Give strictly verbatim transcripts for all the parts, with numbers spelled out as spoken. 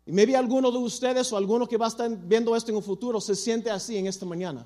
Y maybe alguno de ustedes o alguno que va a estar viendo esto en un futuro se siente así en esta mañana.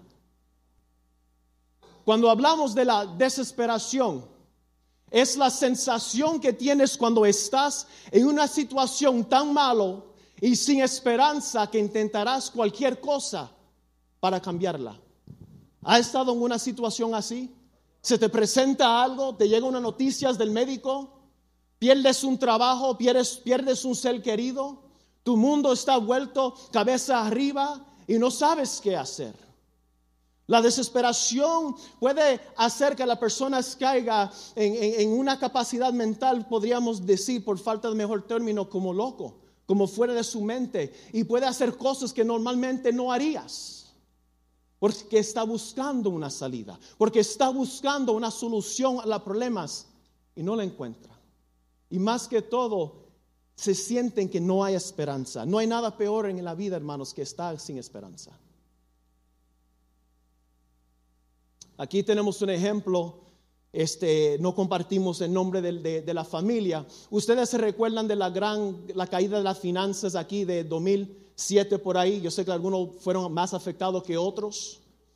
Cuando hablamos de la desesperación, es la sensación que tienes cuando estás en una situación tan malo y sin esperanza que intentarás cualquier cosa para cambiarla. ¿Has estado en una situación así? Se te presenta algo, te llegan unas noticias del médico, pierdes un trabajo, pierdes, pierdes un ser querido, tu mundo está vuelto cabeza arriba y no sabes qué hacer. La desesperación puede hacer que la persona caiga en, en, en una capacidad mental, podríamos decir, por falta de mejor término, como loco, como fuera de su mente, y puede hacer cosas que normalmente no harías, porque está buscando una salida, porque está buscando una solución a los problemas y no la encuentra. Y más que todo, se sienten que no hay esperanza. No hay nada peor en la vida, hermanos, que estar sin esperanza. Aquí tenemos un ejemplo, este, no compartimos el nombre de, de, de la familia. Ustedes se recuerdan de la gran, la caída de las finanzas aquí de dos mil siete por ahí. Yo sé que algunos fueron más afectados que otros.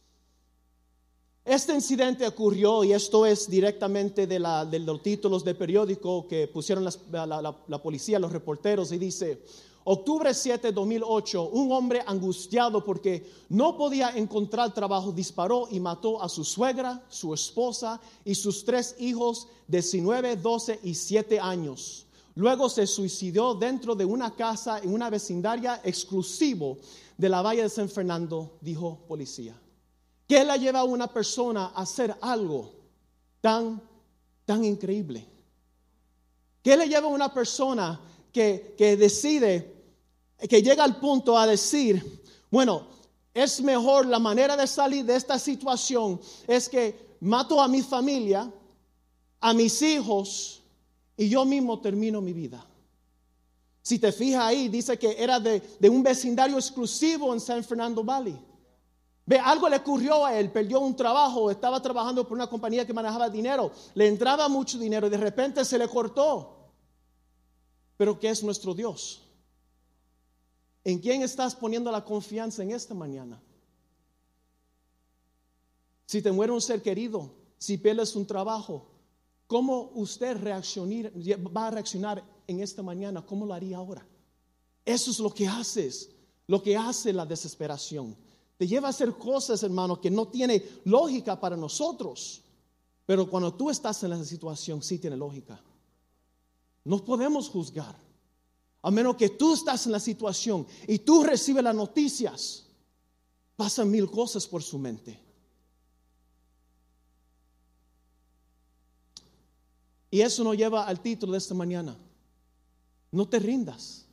Este incidente ocurrió, y esto es directamente de, la, de los títulos de periódico que pusieron las, la, la, la policía, los reporteros, y dice: octubre siete de dos mil ocho, un hombre angustiado porque no podía encontrar trabajo disparó y mató a su suegra, su esposa y sus tres hijos de diecinueve, doce y siete años. Luego se suicidó dentro de una casa en una vecindaria exclusivo de la Valle de San Fernando, dijo policía. ¿Qué le lleva a una persona a hacer algo tan, tan increíble? ¿Qué le lleva a una persona que, que decide, que llega al punto a decir, bueno, es mejor, la manera de salir de esta situación es que mato a mi familia, a mis hijos y yo mismo termino mi vida? Si te fijas ahí, dice que era de, de un vecindario exclusivo en San Fernando Valley. Ve, algo le ocurrió a él, perdió un trabajo, estaba trabajando por una compañía que manejaba dinero, le entraba mucho dinero y de repente se le cortó. Pero ¿qué es nuestro Dios? ¿En quién estás poniendo la confianza en esta mañana? Si te muere un ser querido, si pierdes un trabajo, ¿cómo usted reaccionar, va a reaccionar en esta mañana? ¿Cómo lo haría ahora? Eso es lo que haces, lo que hace la desesperación. Te lleva a hacer cosas, hermano, que no tiene lógica para nosotros. Pero cuando tú estás en esa situación, sí tiene lógica. No podemos juzgar. A menos que tú estás en la situación y tú recibes las noticias, pasan mil cosas por su mente. Y eso nos lleva al título de esta mañana. No te rindas.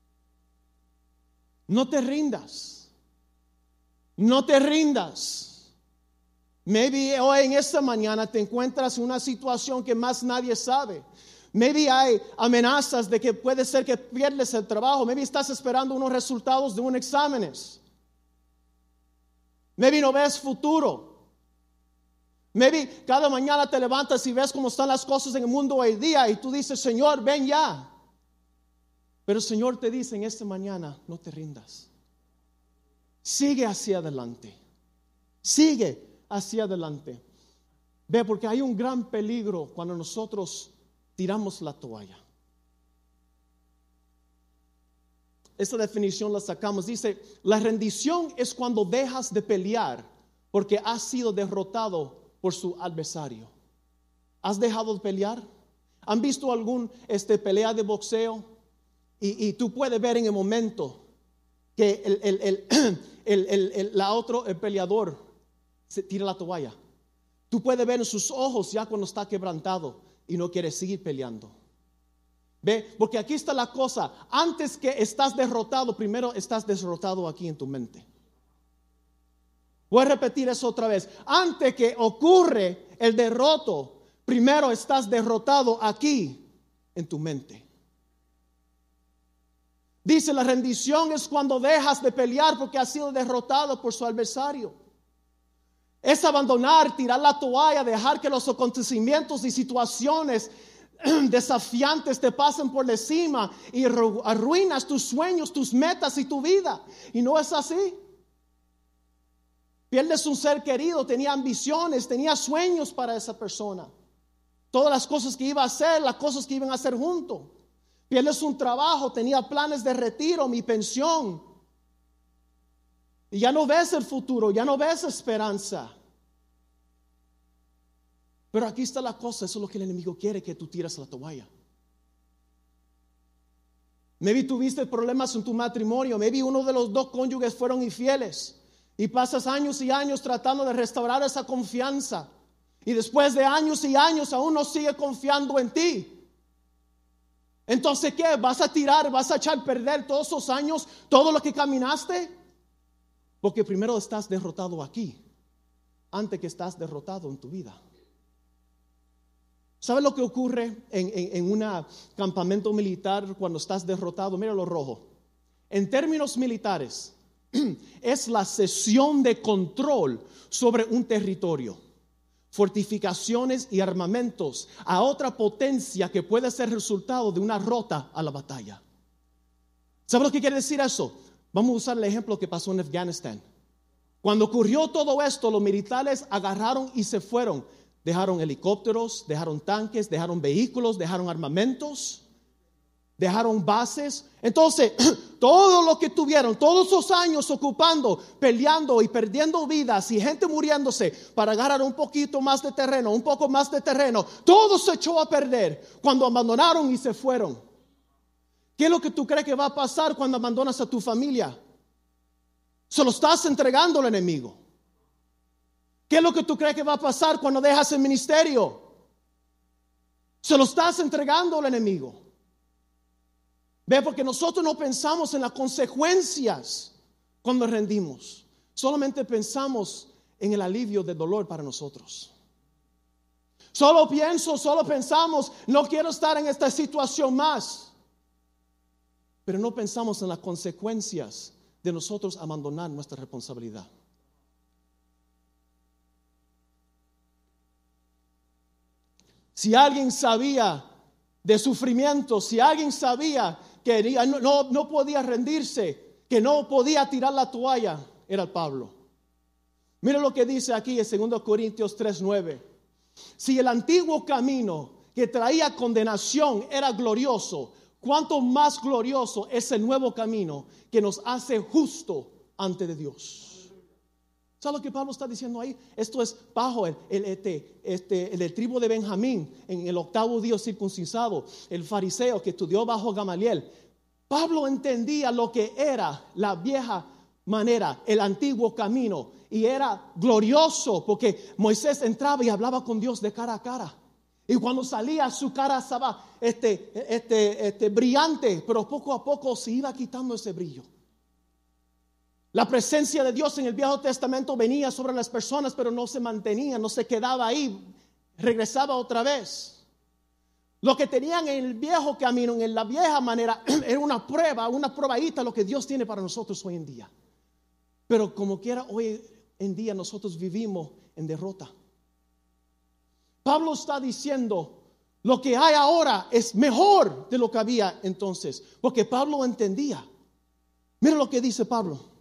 No te rindas. No te rindas. Maybe hoy en esta mañana te encuentras en una situación que más nadie sabe. Maybe hay amenazas de que puede ser que pierdes el trabajo. Maybe estás esperando unos resultados de un examen. Maybe no ves futuro. Maybe cada mañana te levantas y ves cómo están las cosas en el mundo hoy día y tú dices, Señor, ven ya. Pero el Señor te dice en esta mañana, no te rindas. Sigue hacia adelante. Sigue hacia adelante. Ve, porque hay un gran peligro cuando nosotros tiramos la toalla. Esta definición la sacamos. Dice, la rendición es cuando dejas de pelear porque has sido derrotado por su adversario. ¿Has dejado de pelear? ¿Han visto algún este, pelea de boxeo? Y, y tú puedes ver en el momento que el, el, el, el, el, el, la otro, el peleador se tira la toalla. Tú puedes ver en sus ojos ya cuando está quebrantado y no quiere seguir peleando. Ve, porque aquí está la cosa. Antes que estás derrotado, primero estás derrotado aquí en tu mente. Voy a repetir eso otra vez. Antes que ocurre el derroto, primero estás derrotado aquí en tu mente. Dice, la rendición es cuando dejas de pelear porque has sido derrotado por su adversario. Es abandonar, tirar la toalla, dejar que los acontecimientos y situaciones desafiantes te pasen por encima y arruinas tus sueños, tus metas y tu vida. Y no es así. Pierdes un ser querido, tenía ambiciones, tenía sueños para esa persona. Todas las cosas que iba a hacer, las cosas que iban a hacer juntos. Pierdes un trabajo, tenía planes de retiro, mi pensión. Y ya no ves el futuro, ya no ves esperanza. Pero aquí está la cosa, eso es lo que el enemigo quiere, que tú tiras la toalla. Maybe tuviste problemas en tu matrimonio, maybe uno de los dos cónyuges fueron infieles y pasas años y años tratando de restaurar esa confianza y después de años y años aún no sigue confiando en ti. Entonces, ¿qué? ¿Vas a tirar, vas a echar a perder todos esos años, todo lo que caminaste? Porque primero estás derrotado aquí, antes que estás derrotado en tu vida. ¿Sabes lo que ocurre en, en, en un campamento militar cuando estás derrotado? Mira lo rojo. En términos militares, es la cesión de control sobre un territorio, fortificaciones y armamentos a otra potencia que puede ser resultado de una derrota a la batalla. ¿Sabes lo que quiere decir eso? Vamos a usar el ejemplo que pasó en Afganistán. Cuando ocurrió todo esto, los militares agarraron y se fueron. Dejaron helicópteros, dejaron tanques, dejaron vehículos, dejaron armamentos, dejaron bases. Entonces, todo lo que tuvieron, todos esos años ocupando, peleando y perdiendo vidas y gente muriéndose para agarrar un poquito más de terreno, un poco más de terreno, todo se echó a perder cuando abandonaron y se fueron. ¿Qué es lo que tú crees que va a pasar cuando abandonas a tu familia? Se lo estás entregando al enemigo. ¿Qué es lo que tú crees que va a pasar cuando dejas el ministerio? Se lo estás entregando al enemigo. Ve, porque nosotros no pensamos en las consecuencias cuando rendimos. Solamente pensamos en el alivio del dolor para nosotros. Solo pienso, solo pensamos, no quiero estar en esta situación más. Pero no pensamos en las consecuencias de nosotros abandonar nuestra responsabilidad. Si alguien sabía de sufrimiento, si alguien sabía que no, no, no podía rendirse, que no podía tirar la toalla, era Pablo. Mira lo que dice aquí en dos Corintios tres nueve. Si el antiguo camino que traía condenación era glorioso, cuánto más glorioso es el nuevo camino que nos hace justo ante de Dios. ¿Sabes lo que Pablo está diciendo ahí? Esto es bajo el, el, este, este, el, el tribu de Benjamín, en el octavo día circuncisado, el fariseo que estudió bajo Gamaliel. Pablo entendía lo que era la vieja manera, el antiguo camino, y era glorioso porque Moisés entraba y hablaba con Dios de cara a cara. Y cuando salía su cara estaba este, este, este, brillante, pero poco a poco se iba quitando ese brillo. La presencia de Dios en el Viejo Testamento venía sobre las personas, pero no se mantenía, no se quedaba ahí, regresaba otra vez. Lo que tenían en el viejo camino, en la vieja manera, era una prueba, una probadita lo que Dios tiene para nosotros hoy en día. Pero como quiera, hoy en día nosotros vivimos en derrota. Pablo está diciendo, lo que hay ahora es mejor de lo que había entonces, porque Pablo entendía. Mira lo que dice Pablo.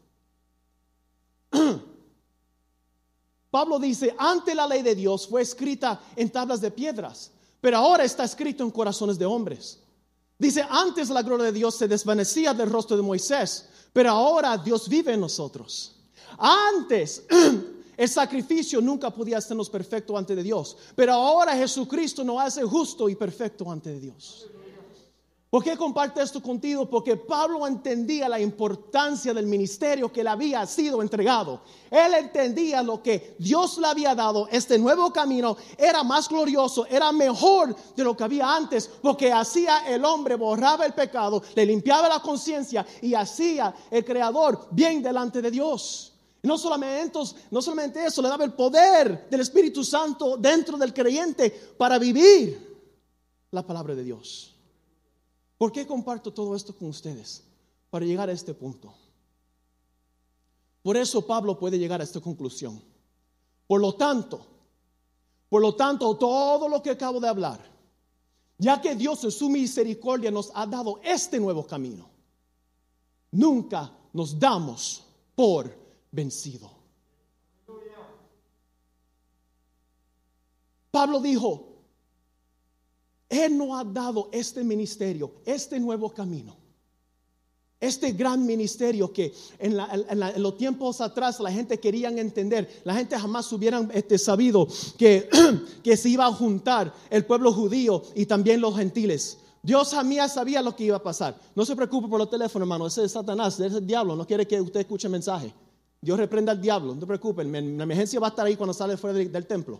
Pablo dice, antes la ley de Dios fue escrita en tablas de piedras, pero ahora está escrito en corazones de hombres. Dice, antes la gloria de Dios se desvanecía del rostro de Moisés, pero ahora Dios vive en nosotros. Antes el sacrificio nunca podía hacernos perfecto ante de Dios, pero ahora Jesucristo nos hace justo y perfecto ante de Dios. ¿Por qué comparte esto contigo? Porque Pablo entendía la importancia del ministerio que le había sido entregado. Él entendía lo que Dios le había dado. Este nuevo camino era más glorioso, era mejor de lo que había antes, porque hacía el hombre, borraba el pecado, le limpiaba la conciencia y hacía el Creador bien delante de Dios. No solamente, no solamente eso, le daba el poder del Espíritu Santo dentro del creyente para vivir la palabra de Dios. ¿Por qué comparto todo esto con ustedes? Para llegar a este punto. Por eso Pablo puede llegar a esta conclusión. Por lo tanto, por lo tanto, todo lo que acabo de hablar, ya que Dios en su misericordia nos ha dado este nuevo camino, nunca nos damos por vencido. Pablo dijo, Él nos ha dado este ministerio, este nuevo camino, este gran ministerio que en, la, en, la, en los tiempos atrás la gente quería entender. La gente jamás hubieran este, sabido que, que se iba a juntar el pueblo judío y también los gentiles. Dios jamás sabía lo que iba a pasar. No se preocupe por los teléfonos, hermano. Ese es Satanás, ese es el diablo. No quiere que usted escuche el mensaje. Dios reprenda al diablo. No se preocupen. La emergencia va a estar ahí cuando sale fuera del, del templo.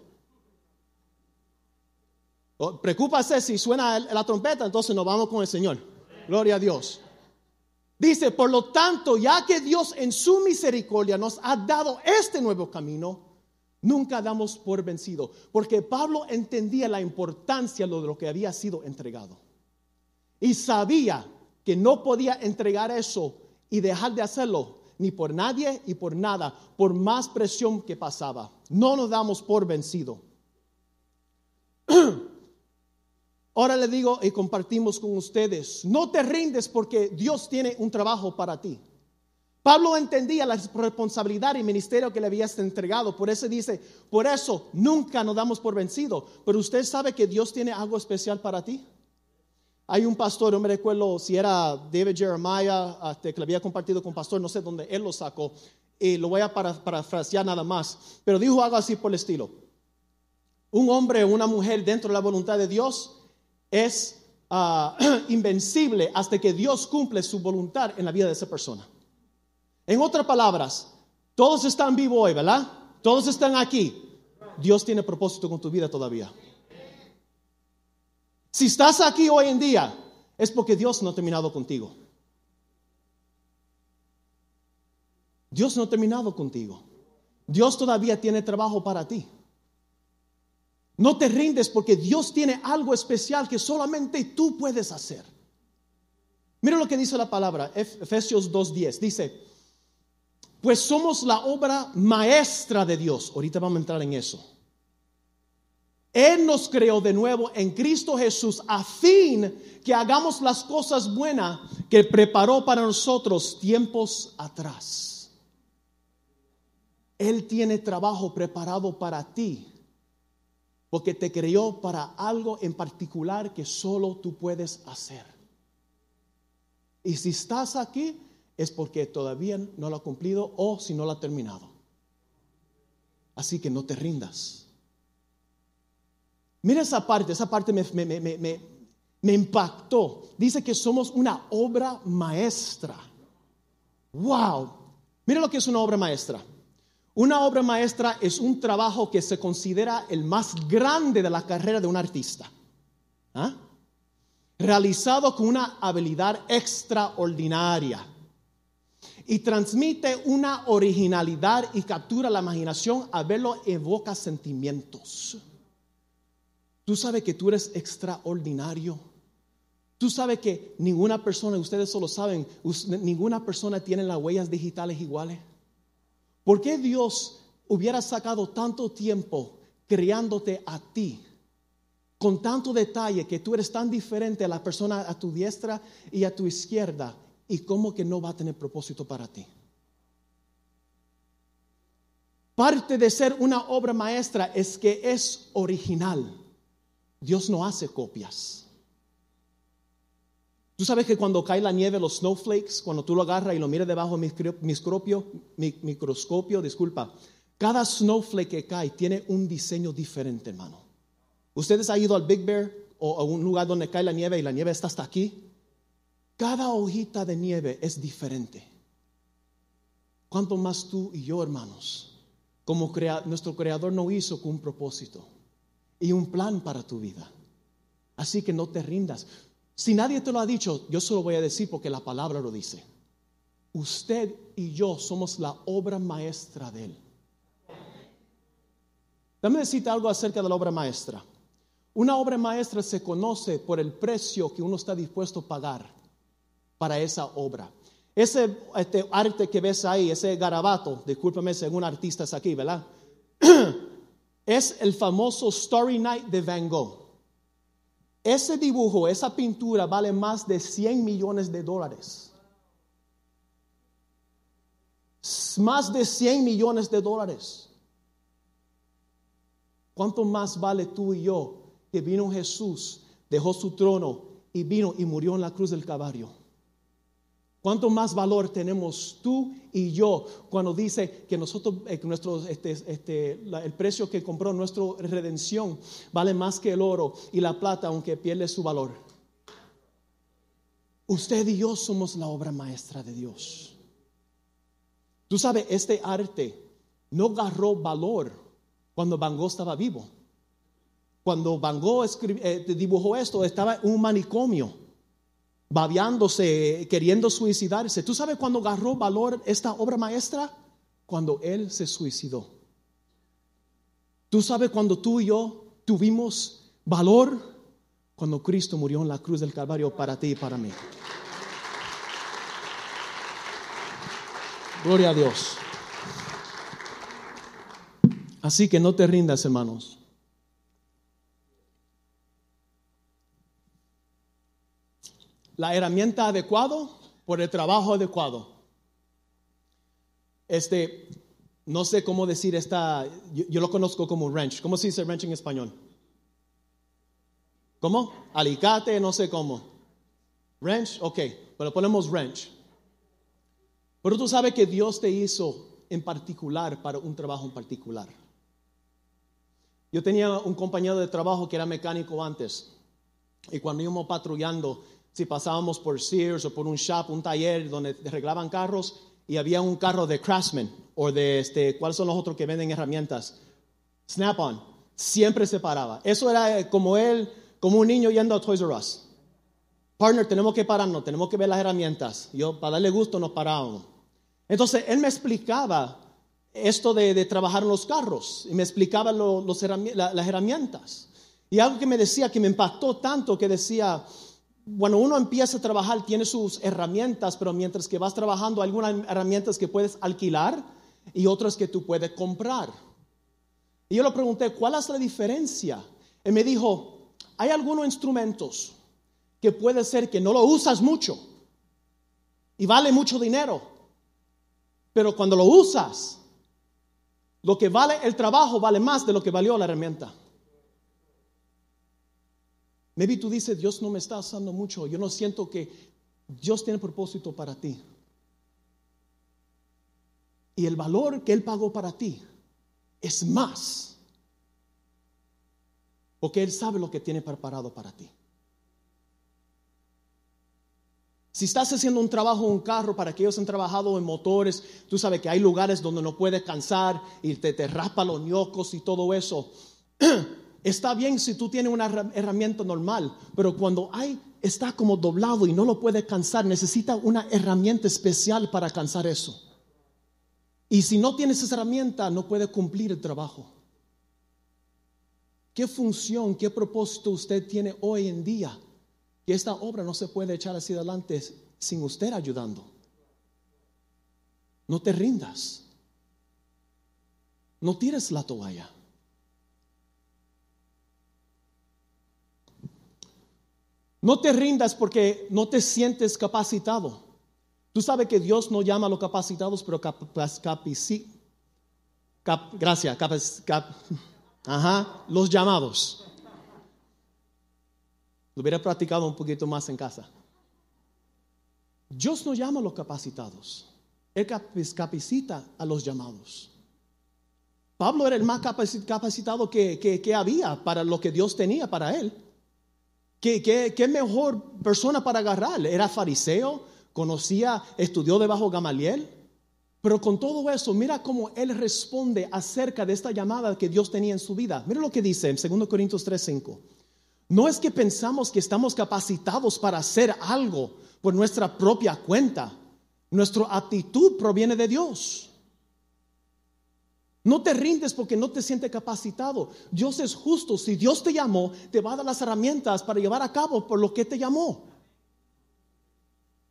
Preocúpase si suena la trompeta, entonces nos vamos con el Señor. Gloria a Dios. Dice, por lo tanto, ya que Dios en su misericordia nos ha dado este nuevo camino, nunca damos por vencido. Porque Pablo entendía la importancia de lo que había sido entregado. Y sabía que no podía entregar eso y dejar de hacerlo, ni por nadie y por nada, por más presión que pasaba. No nos damos por vencido. Ahora le digo y compartimos con ustedes, no te rindes porque Dios tiene un trabajo para ti. Pablo entendía la responsabilidad y ministerio que le habías entregado, por eso dice, por eso nunca nos damos por vencido. Pero usted sabe que Dios tiene algo especial para ti. Hay un pastor, no me recuerdo si era David Jeremiah, que le había compartido con pastor, no sé dónde él lo sacó, y lo voy a parafrasear nada más, pero dijo algo así por el estilo: un hombre o una mujer dentro de la voluntad de Dios es uh, invencible hasta que Dios cumple su voluntad en la vida de esa persona. En otras palabras, todos están vivos hoy, ¿verdad? Todos están aquí. Dios tiene propósito con tu vida todavía. Si estás aquí hoy en día, es porque Dios no ha terminado contigo. Dios no ha terminado contigo. Dios todavía tiene trabajo para ti. No te rindes porque Dios tiene algo especial que solamente tú puedes hacer. Mira lo que dice la palabra, Efesios dos diez. Dice, pues somos la obra maestra de Dios. Ahorita vamos a entrar en eso. Él nos creó de nuevo en Cristo Jesús a fin que hagamos las cosas buenas que preparó para nosotros tiempos atrás. Él tiene trabajo preparado para ti. Porque te creó para algo en particular que solo tú puedes hacer. Y si estás aquí es porque todavía no lo ha cumplido o si no lo ha terminado. Así que no te rindas. Mira esa parte, esa parte me, me, me, me, me impactó. Dice que somos una obra maestra. Wow. Mira lo que es una obra maestra. Una obra maestra es un trabajo que se considera el más grande de la carrera de un artista. ¿Ah? Realizado con una habilidad extraordinaria y transmite una originalidad y captura la imaginación, al verlo evoca sentimientos. Tú sabes que tú eres extraordinario. Tú sabes que ninguna persona, ustedes solo saben, ninguna persona tiene las huellas digitales iguales. ¿Por qué Dios hubiera sacado tanto tiempo creándote a ti con tanto detalle que tú eres tan diferente a la persona a tu diestra y a tu izquierda? ¿Y cómo que no va a tener propósito para ti? Parte de ser una obra maestra es que es original. Dios no hace copias. Tú sabes que cuando cae la nieve, los snowflakes, cuando tú lo agarras y lo miras debajo del microscopio, microscopio, disculpa, cada snowflake que cae tiene un diseño diferente, hermano. ¿Ustedes han ido al Big Bear o a un lugar donde cae la nieve y la nieve está hasta aquí? Cada hojita de nieve es diferente. ¿Cuánto más tú y yo, hermanos? Como crea, nuestro Creador nos hizo con un propósito y un plan para tu vida. Así que no te rindas. Si nadie te lo ha dicho, yo solo voy a decir porque la palabra lo dice. Usted y yo somos la obra maestra de Él. Déjame decirte algo acerca de la obra maestra. Una obra maestra se conoce por el precio que uno está dispuesto a pagar para esa obra. Ese este arte que ves ahí, ese garabato, discúlpame si algún artista es aquí, ¿verdad? Es el famoso Starry Night de Van Gogh. Ese dibujo, esa pintura vale más de cien millones de dólares. Más de cien millones de dólares. ¿Cuánto más vale tú y yo que vino Jesús, dejó su trono y vino y murió en la cruz del Calvario? ¿Cuánto más valor tenemos tú y yo cuando dice que nosotros, eh, que nuestro, este, este, la, el precio que compró nuestra redención vale más que el oro y la plata, aunque pierde su valor? Usted y yo somos la obra maestra de Dios. Tú sabes, este arte no agarró valor cuando Van Gogh estaba vivo. Cuando Van Gogh escribió, eh, dibujó esto, estaba en un manicomio, babeándose, queriendo suicidarse. ¿Tú sabes cuándo agarró valor esta obra maestra? Cuando él se suicidó. ¿Tú sabes cuando tú y yo tuvimos valor? Cuando Cristo murió en la cruz del Calvario para ti y para mí. Gloria a Dios. Así que no te rindas, hermanos. La herramienta adecuada por el trabajo adecuado. Este, no sé cómo decir esta, yo, yo lo conozco como wrench. ¿Cómo se dice wrench en español? ¿Cómo? Alicate, no sé cómo. Wrench, ok, pero ponemos wrench. Pero tú sabes que Dios te hizo en particular para un trabajo en particular. Yo tenía un compañero de trabajo que era mecánico antes. Y cuando íbamos patrullando, si pasábamos por Sears o por un shop, un taller donde arreglaban carros, y había un carro de Craftsman o de este, ¿cuáles son los otros que venden herramientas? Snap-on. Siempre se paraba. Eso era como él, como un niño yendo a Toys R Us. Partner, tenemos que pararnos, tenemos que ver las herramientas. Yo, para darle gusto, nos parábamos. Entonces, él me explicaba esto de, de trabajar en los carros. Y me explicaba lo, los herrami- la, las herramientas. Y algo que me decía, que me impactó tanto, que decía, cuando uno empieza a trabajar, tiene sus herramientas, pero mientras que vas trabajando, hay algunas herramientas que puedes alquilar y otras que tú puedes comprar. Y yo le pregunté, ¿cuál es la diferencia? Él me dijo, hay algunos instrumentos que puede ser que no lo usas mucho y vale mucho dinero, pero cuando lo usas, lo que vale el trabajo vale más de lo que valió la herramienta. Maybe tú dices, Dios no me está usando mucho, yo no siento que Dios tiene propósito para ti. Y el valor que Él pagó para ti es más, porque Él sabe lo que tiene preparado para ti. Si estás haciendo un trabajo en un carro, para aquellos que han trabajado en motores, tú sabes que hay lugares donde no puedes cansar y te, te raspa los ñocos y todo eso. Está bien si tú tienes una herramienta normal, pero cuando hay, está como doblado y no lo puedes cansar, necesita una herramienta especial para cansar eso. Y si no tienes esa herramienta, no puedes cumplir el trabajo. ¿Qué función, qué propósito usted tiene hoy en día? Que esta obra no se puede echar hacia adelante sin usted ayudando. No te rindas. No tires la toalla. No te rindas porque no te sientes capacitado. Tú sabes que Dios no llama a los capacitados, pero cap, capici, cap, gracias, cap, cap, ajá, los llamados. Lo hubiera practicado un poquito más en casa. Dios no llama a los capacitados. Él capacita a los llamados. Pablo era el más capacitado que, que, que había para lo que Dios tenía para él. ¿Qué, qué, qué mejor persona para agarrar? Era fariseo, conocía, estudió debajo de Gamaliel. Pero con todo eso, mira cómo él responde acerca de esta llamada que Dios tenía en su vida. Mira lo que dice en dos Corintios tres cinco. No es que pensamos que estamos capacitados para hacer algo por nuestra propia cuenta. Nuestra aptitud proviene de Dios. No te rindes porque no te sientes capacitado. Dios es justo. Si Dios te llamó, te va a dar las herramientas para llevar a cabo por lo que te llamó.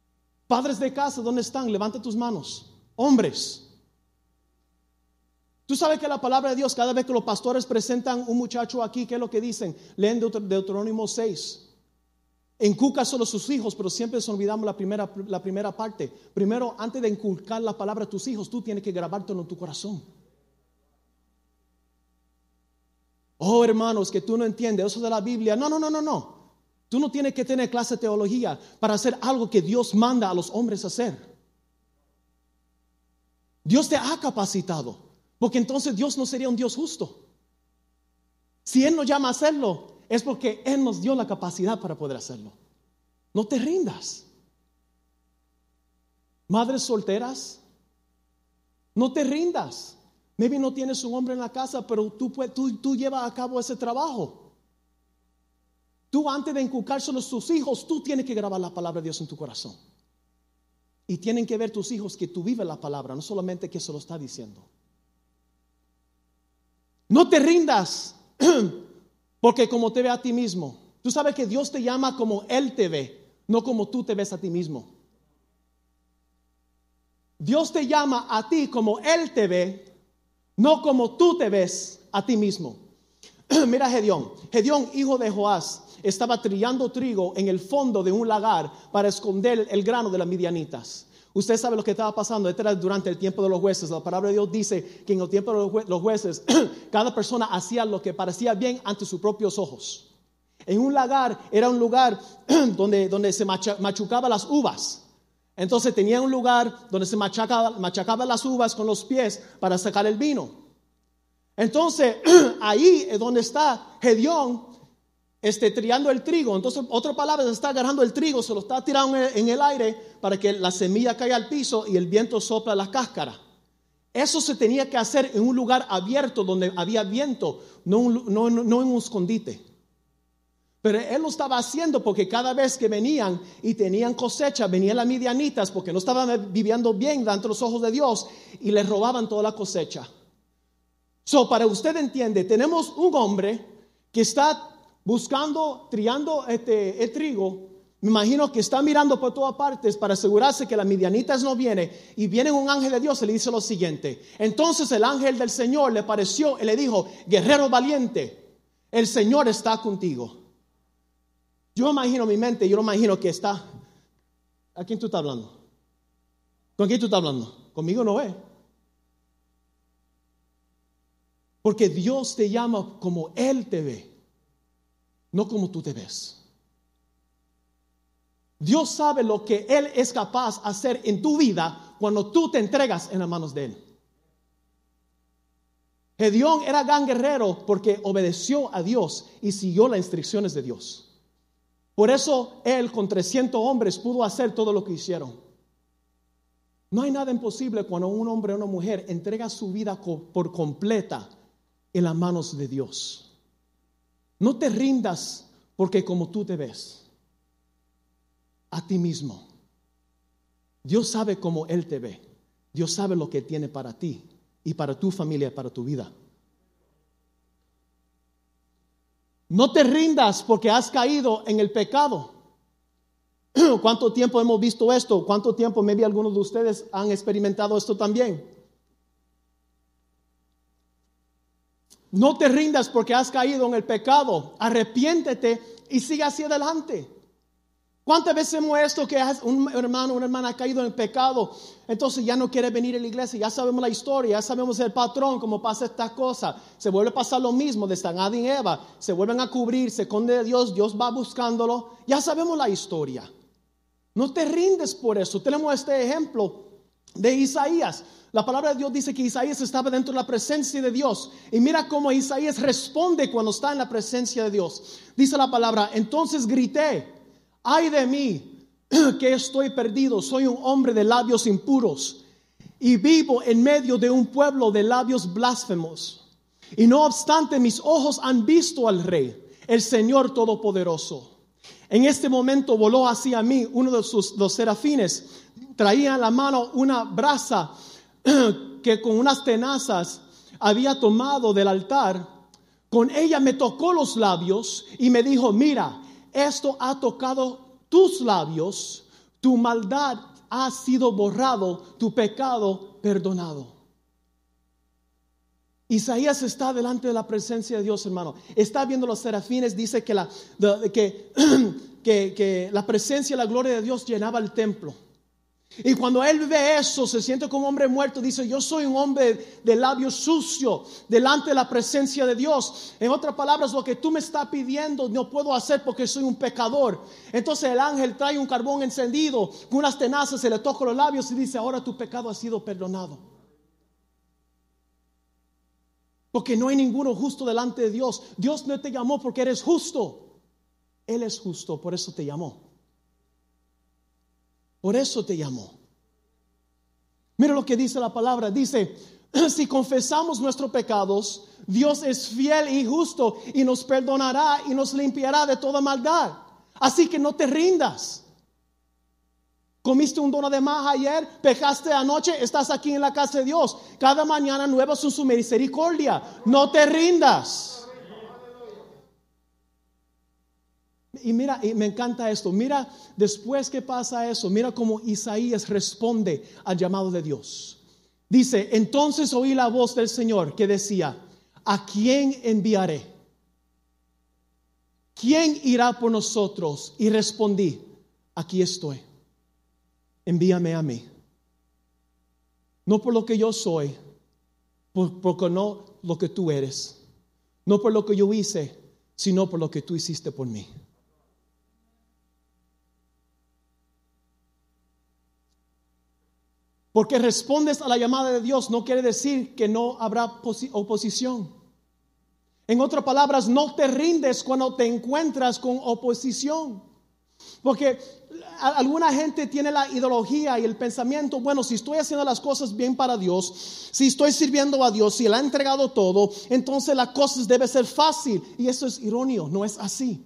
Padres de casa, ¿dónde están? Levanta tus manos. Hombres. Tú sabes que la palabra de Dios, cada vez que los pastores presentan un muchacho aquí, ¿qué es lo que dicen? Leen Deut- Deuterónimo seis. Inculca solo a sus hijos, pero siempre nos olvidamos la primera, la primera parte. Primero, antes de inculcar la palabra a tus hijos, tú tienes que grabártelo en tu corazón. Oh, hermanos, que tú no entiendes eso de la Biblia. No, no, no, no, no. Tú no tienes que tener clase de teología para hacer algo que Dios manda a los hombres a hacer. Dios te ha capacitado. Porque entonces Dios no sería un Dios justo. Si Él nos llama a hacerlo, es porque Él nos dio la capacidad para poder hacerlo. No te rindas. Madres solteras, no te rindas. Maybe no tienes un hombre en la casa, pero tú, tú, tú llevas a cabo ese trabajo. Tú, antes de inculcárselo a tus hijos, tú tienes que grabar la palabra de Dios en tu corazón. Y tienen que ver tus hijos que tú vives la palabra, no solamente que se lo está diciendo. No te rindas, porque como te ve a ti mismo. Tú sabes que Dios te llama como Él te ve, no como tú te ves a ti mismo. Dios te llama a ti como Él te ve, no como tú te ves a ti mismo. Mira a Gedeón. Gedeón, hijo de Joás, estaba trillando trigo en el fondo de un lagar para esconder el grano de las midianitas. Usted sabe lo que estaba pasando. Este era durante el tiempo de los jueces. La palabra de Dios dice que en el tiempo de los jueces cada persona hacía lo que parecía bien ante sus propios ojos. En un lagar era un lugar donde, donde se machucaba las uvas. Entonces tenía un lugar donde se machacaba, machacaba las uvas con los pies para sacar el vino. Entonces ahí es donde está Gedeón, Este, trillando el trigo. Entonces, otra palabra, se está agarrando el trigo, se lo está tirando en el, en el aire para que la semilla caiga al piso y el viento sopla la cáscara. Eso se tenía que hacer en un lugar abierto donde había viento, no, un, no, no, no en un escondite. Pero él lo estaba haciendo porque cada vez que venían y tenían cosecha, venían las midianitas porque no estaban viviendo bien ante los ojos de Dios y les robaban toda la cosecha. So, para usted entiende, tenemos un hombre que está buscando, trillando este, el trigo. Me imagino que está mirando por todas partes para asegurarse que las midianitas no vienen. Y viene un ángel de Dios y le dice lo siguiente. Entonces el ángel del Señor le pareció y le dijo: guerrero valiente, el Señor está contigo. Yo imagino mi mente, yo imagino que está. ¿A quién tú estás hablando? ¿Con quién tú estás hablando? Conmigo no es. Porque Dios te llama como Él te ve, no como tú te ves. Dios sabe lo que Él es capaz de hacer en tu vida cuando tú te entregas en las manos de Él. Gedeón era gran guerrero porque obedeció a Dios y siguió las instrucciones de Dios. Por eso él con trescientos hombres pudo hacer todo lo que hicieron. No hay nada imposible cuando un hombre o una mujer entrega su vida por completa en las manos de Dios. No te rindas porque como tú te ves a ti mismo. Dios sabe cómo Él te ve. Dios sabe lo que tiene para ti y para tu familia, para tu vida. No te rindas porque has caído en el pecado. ¿Cuánto tiempo hemos visto esto? ¿Cuánto tiempo, maybe algunos de ustedes han experimentado esto también? No te rindas porque has caído en el pecado. Arrepiéntete y sigue hacia adelante. ¿Cuántas veces hemos esto que un hermano o una hermana ha caído en el pecado? Entonces ya no quiere venir a la iglesia. Ya sabemos la historia, ya sabemos el patrón, cómo pasa esta cosa. Se vuelve a pasar lo mismo de San Adán y Eva. Se vuelven a cubrir, se esconde de Dios, Dios va buscándolo. Ya sabemos la historia. No te rindes por eso. Tenemos este ejemplo de Isaías. La palabra de Dios dice que Isaías estaba dentro de la presencia de Dios. Y mira cómo Isaías responde cuando está en la presencia de Dios. Dice la palabra: entonces grité: ay de mí, que estoy perdido, soy un hombre de labios impuros y vivo en medio de un pueblo de labios blasfemos. Y no obstante, mis ojos han visto al Rey, el Señor Todopoderoso. En este momento voló hacia mí uno de sus los serafines, traía en la mano una brasa que con unas tenazas había tomado del altar. Con ella me tocó los labios y me dijo: mira, esto ha tocado tus labios, tu maldad ha sido borrado, tu pecado perdonado. Isaías está delante de la presencia de Dios, hermano. Está viendo los serafines. Dice que la, de, que, que, que la presencia y la gloria de Dios llenaba el templo. Y cuando él ve eso, se siente como un hombre muerto. Dice, yo soy un hombre de labios sucio delante de la presencia de Dios. En otras palabras, lo que tú me estás pidiendo no puedo hacer porque soy un pecador. Entonces el ángel trae un carbón encendido con unas tenazas, se le toca los labios y dice, ahora tu pecado ha sido perdonado. Porque no hay ninguno justo delante de Dios. Dios no te llamó porque eres justo. Él es justo, por eso te llamó. Por eso te llamó. Mira lo que dice la palabra. Dice, si confesamos nuestros pecados, Dios es fiel y justo y nos perdonará y nos limpiará de toda maldad. Así que no te rindas. Comiste un dono de más ayer, pecaste anoche, estás aquí en la casa de Dios. Cada mañana nuevas son su misericordia. No te rindas. Y mira, y me encanta esto. Mira, después que pasa eso, mira cómo Isaías responde al llamado de Dios. Dice, entonces oí la voz del Señor que decía, ¿a quién enviaré? ¿Quién irá por nosotros? Y respondí, aquí estoy. Envíame a mí. No por lo que yo soy, por, porque no lo que tú eres. No por lo que yo hice, sino por lo que tú hiciste por mí. Porque respondes a la llamada de Dios no quiere decir que no habrá oposición. En otras palabras, no te rindes cuando te encuentras con oposición. Porque alguna gente tiene la ideología y el pensamiento, bueno, si estoy haciendo las cosas bien para Dios, si estoy sirviendo a Dios, si Él ha entregado todo, entonces las cosas deben ser fácil. Y eso es irónico, no es así.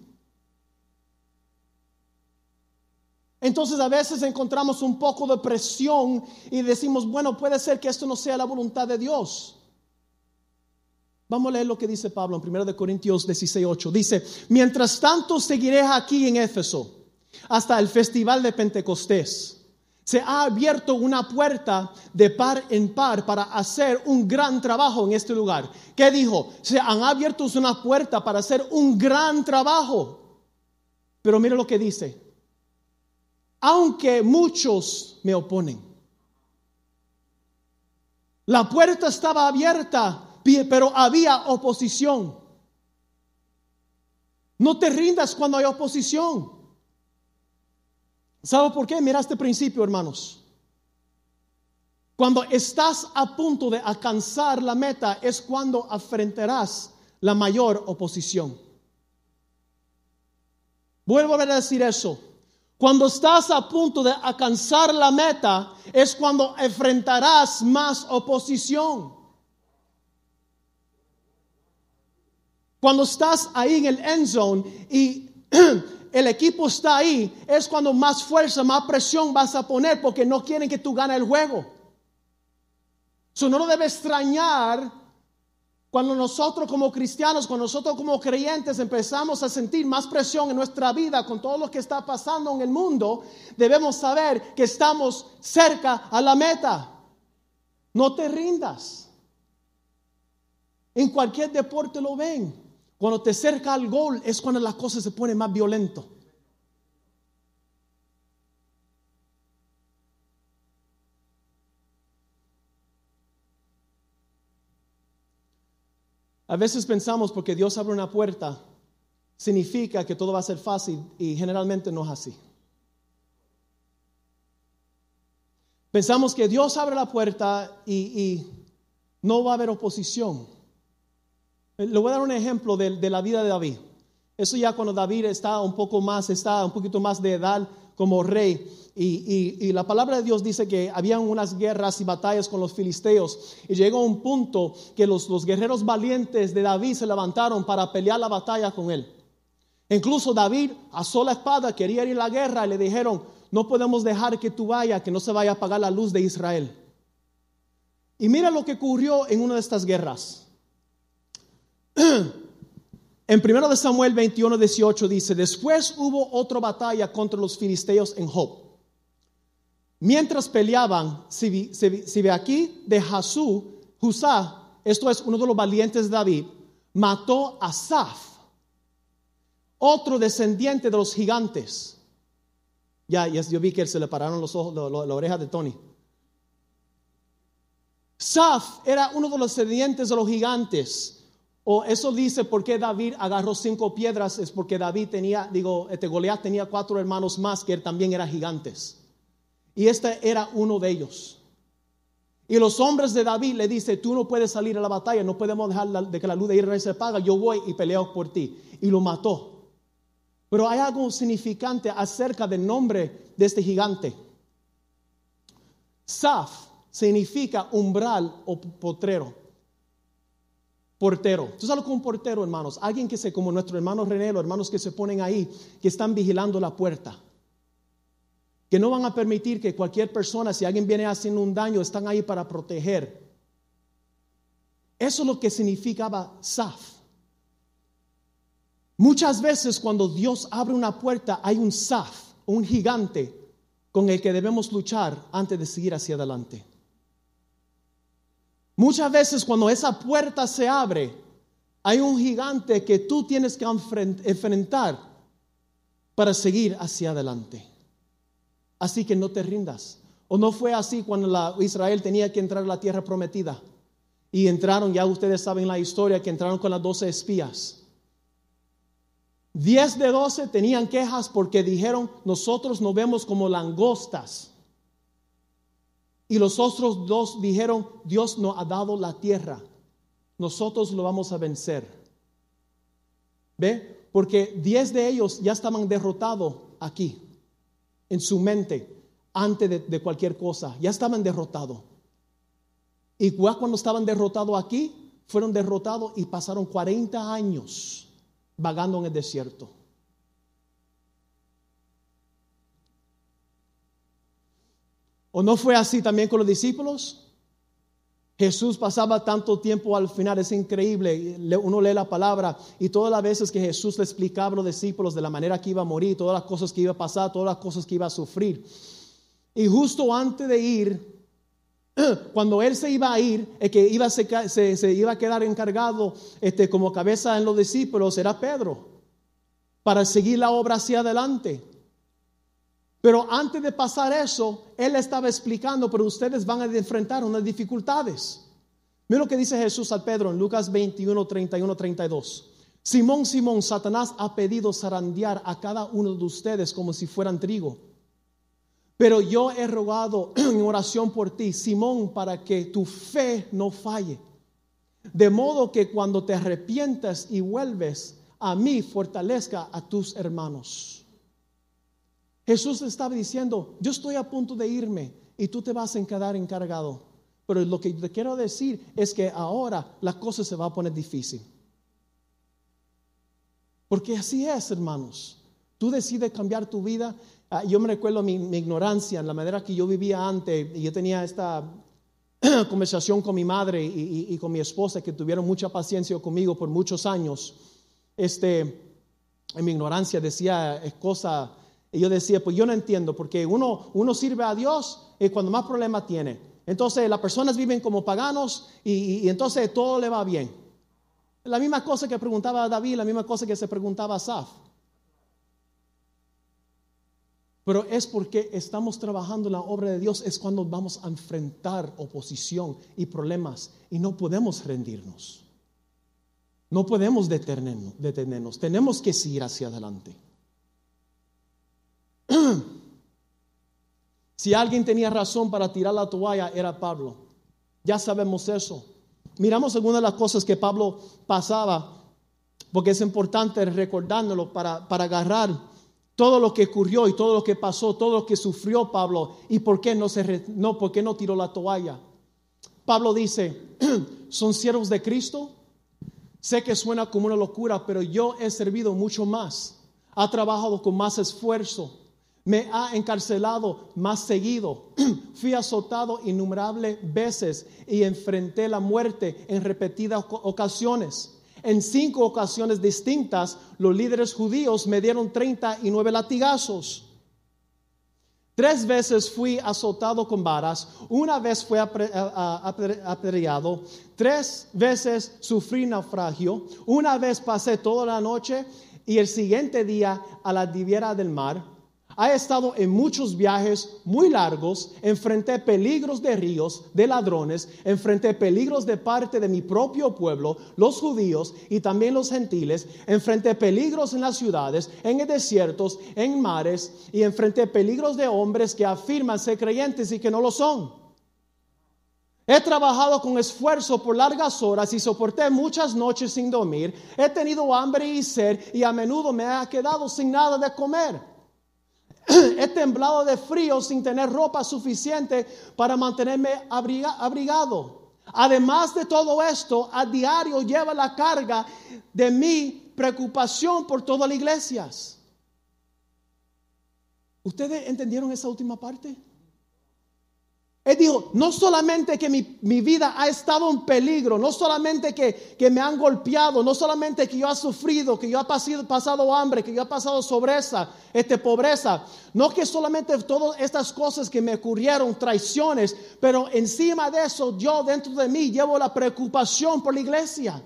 Entonces a veces encontramos un poco de presión y decimos, bueno, puede ser que esto no sea la voluntad de Dios. Vamos a leer lo que dice Pablo en primera de Corintios dieciséis ocho. Dice, mientras tanto seguiré aquí en Éfeso hasta el festival de Pentecostés. Se ha abierto una puerta de par en par para hacer un gran trabajo en este lugar. ¿Qué dijo? Se han abierto una puerta para hacer un gran trabajo. Pero mire lo que dice. Aunque muchos me oponen. La puerta estaba abierta, pero había oposición. No te rindas cuando hay oposición. ¿Sabe por qué? Mira este principio, hermanos. Cuando estás a punto de alcanzar la meta es cuando enfrentarás la mayor oposición. Vuelvo a decir eso. Cuando estás a punto de alcanzar la meta es cuando enfrentarás más oposición. Cuando estás ahí en el end zone y el equipo está ahí, es cuando más fuerza, más presión vas a poner porque no quieren que tú ganes el juego. Eso no lo debe extrañar cuando nosotros como cristianos, cuando nosotros como creyentes empezamos a sentir más presión en nuestra vida con todo lo que está pasando en el mundo. Debemos saber que estamos cerca a la meta. No te rindas. En cualquier deporte lo ven. Cuando te acerca al gol es cuando las cosas se ponen más violentas. A veces pensamos porque Dios abre una puerta significa que todo va a ser fácil y generalmente no es así. Pensamos que Dios abre la puerta y, y no va a haber oposición. Le voy a dar un ejemplo de, de la vida de David. Eso ya cuando David está un poco más, está un poquito más de edad como rey. Y, y, y la palabra de Dios dice que habían unas guerras y batallas con los filisteos. Y llegó un punto que los, los guerreros valientes de David se levantaron para pelear la batalla con él. Incluso David alzó la espada, quería ir a la guerra y le dijeron, no podemos dejar que tú vayas, que no se vaya a apagar la luz de Israel. Y mira lo que ocurrió en una de estas guerras. En primero de Samuel veintiuno dieciocho dice, después hubo otra batalla contra los filisteos en Job. Mientras peleaban, si ve aquí de Jasú, Husá, esto es uno de los valientes de David, mató a Saf, otro descendiente de los gigantes. Ya, ya yo vi que se le pararon los ojos, la, la, la oreja de Tony. Saf era uno de los descendientes de los gigantes. O eso dice por qué David agarró cinco piedras, es porque David tenía, digo, este Goliat tenía cuatro hermanos más que también eran gigantes. Y este era uno de ellos. Y los hombres de David le dicen, tú no puedes salir a la batalla, no podemos dejar la, de que la luz de Israel se apague, yo voy y peleo por ti. Y lo mató. Pero hay algo significante acerca del nombre de este gigante. Saf significa umbral o potrero. Portero. ¿Tú sabes lo que es un portero, hermanos? Alguien que se, como nuestro hermano René, los hermanos que se ponen ahí, que están vigilando la puerta. Que no van a permitir que cualquier persona, si alguien viene haciendo un daño, están ahí para proteger. Eso es lo que significaba Saf. Muchas veces cuando Dios abre una puerta, hay un Saf, un gigante con el que debemos luchar antes de seguir hacia adelante. Muchas veces cuando esa puerta se abre, hay un gigante que tú tienes que enfrentar para seguir hacia adelante. Así que no te rindas. ¿O no fue así cuando la, Israel tenía que entrar a la tierra prometida? Y entraron, ya ustedes saben la historia, que entraron con las doce espías. Diez de doce tenían quejas porque dijeron, nosotros nos vemos como langostas. Y los otros dos dijeron, Dios nos ha dado la tierra, nosotros lo vamos a vencer. ¿Ve? Porque diez de ellos ya estaban derrotados aquí, en su mente, antes de, de cualquier cosa, ya estaban derrotados. Y cuando estaban derrotados aquí, fueron derrotados y pasaron cuarenta años vagando en el desierto. ¿O no fue así también con los discípulos? Jesús pasaba tanto tiempo al final, es increíble. Uno lee la palabra y todas las veces que Jesús le explicaba a los discípulos de la manera que iba a morir, todas las cosas que iba a pasar, todas las cosas que iba a sufrir. Y justo antes de ir, cuando él se iba a ir, el que iba a se, se, se iba a quedar encargado este, como cabeza en los discípulos era Pedro, para seguir la obra hacia adelante. Pero antes de pasar eso, él estaba explicando, pero ustedes van a enfrentar unas dificultades. Mira lo que dice Jesús a Pedro en Lucas veintiuno, treinta y uno, treinta y dos. Simón, Simón, Satanás ha pedido zarandear a cada uno de ustedes como si fueran trigo. Pero yo he rogado en oración por ti, Simón, para que tu fe no falle. De modo que cuando te arrepientas y vuelves a mí, fortalezca a tus hermanos. Jesús le estaba diciendo, yo estoy a punto de irme y tú te vas a quedar encargado. Pero lo que te quiero decir es que ahora la cosa se va a poner difícil. Porque así es, hermanos. Tú decides cambiar tu vida. Uh, yo me recuerdo mi, mi ignorancia en la manera que yo vivía antes. Y yo tenía esta conversación con mi madre y, y, y con mi esposa, que tuvieron mucha paciencia conmigo por muchos años. Este, en mi ignorancia decía cosas. Y yo decía, pues yo no entiendo, porque uno, uno sirve a Dios y cuando más problemas tiene. Entonces las personas viven como paganos y, y, y entonces todo le va bien. La misma cosa que preguntaba David, la misma cosa que se preguntaba Saf. Pero es porque estamos trabajando en la obra de Dios, es cuando vamos a enfrentar oposición y problemas y no podemos rendirnos. No podemos detenernos, detenernos. Tenemos que seguir hacia adelante. Si alguien tenía razón para tirar la toalla, era Pablo. Ya sabemos eso. Miramos algunas de las cosas que Pablo pasaba, porque es importante recordándolo para, para agarrar todo lo que ocurrió y todo lo que pasó, todo lo que sufrió Pablo y por qué no, se, no, por qué no tiró la toalla. Pablo dice, son siervos de Cristo. Sé que suena como una locura, pero yo he servido mucho más. Ha trabajado con más esfuerzo. Me ha encarcelado más seguido. Fui azotado innumerables veces y enfrenté la muerte en repetidas ocasiones. En cinco ocasiones distintas, los líderes judíos me dieron treinta y nueve latigazos. Tres veces fui azotado con varas, una vez fui apedreado, tres veces sufrí naufragio, una vez pasé toda la noche y el siguiente día a la ribera del mar. He estado en muchos viajes muy largos, enfrenté peligros de ríos, de ladrones, enfrenté peligros de parte de mi propio pueblo, los judíos y también los gentiles, enfrenté peligros en las ciudades, en el desiertos, en mares, y enfrenté peligros de hombres que afirman ser creyentes y que no lo son. He trabajado con esfuerzo por largas horas y soporté muchas noches sin dormir. He tenido hambre y sed y a menudo me he quedado sin nada de comer. He temblado de frío sin tener ropa suficiente para mantenerme abriga, abrigado. Además de todo esto, a diario lleva la carga de mi preocupación por todas las iglesias. ¿Ustedes entendieron esa última parte? Él dijo, no solamente que mi, mi vida ha estado en peligro, no solamente que, que me han golpeado, no solamente que yo he sufrido, que yo he pasado, pasado hambre, que yo he pasado pobreza, este, pobreza, no que solamente todas estas cosas que me ocurrieron, traiciones, pero encima de eso yo dentro de mí llevo la preocupación por la iglesia.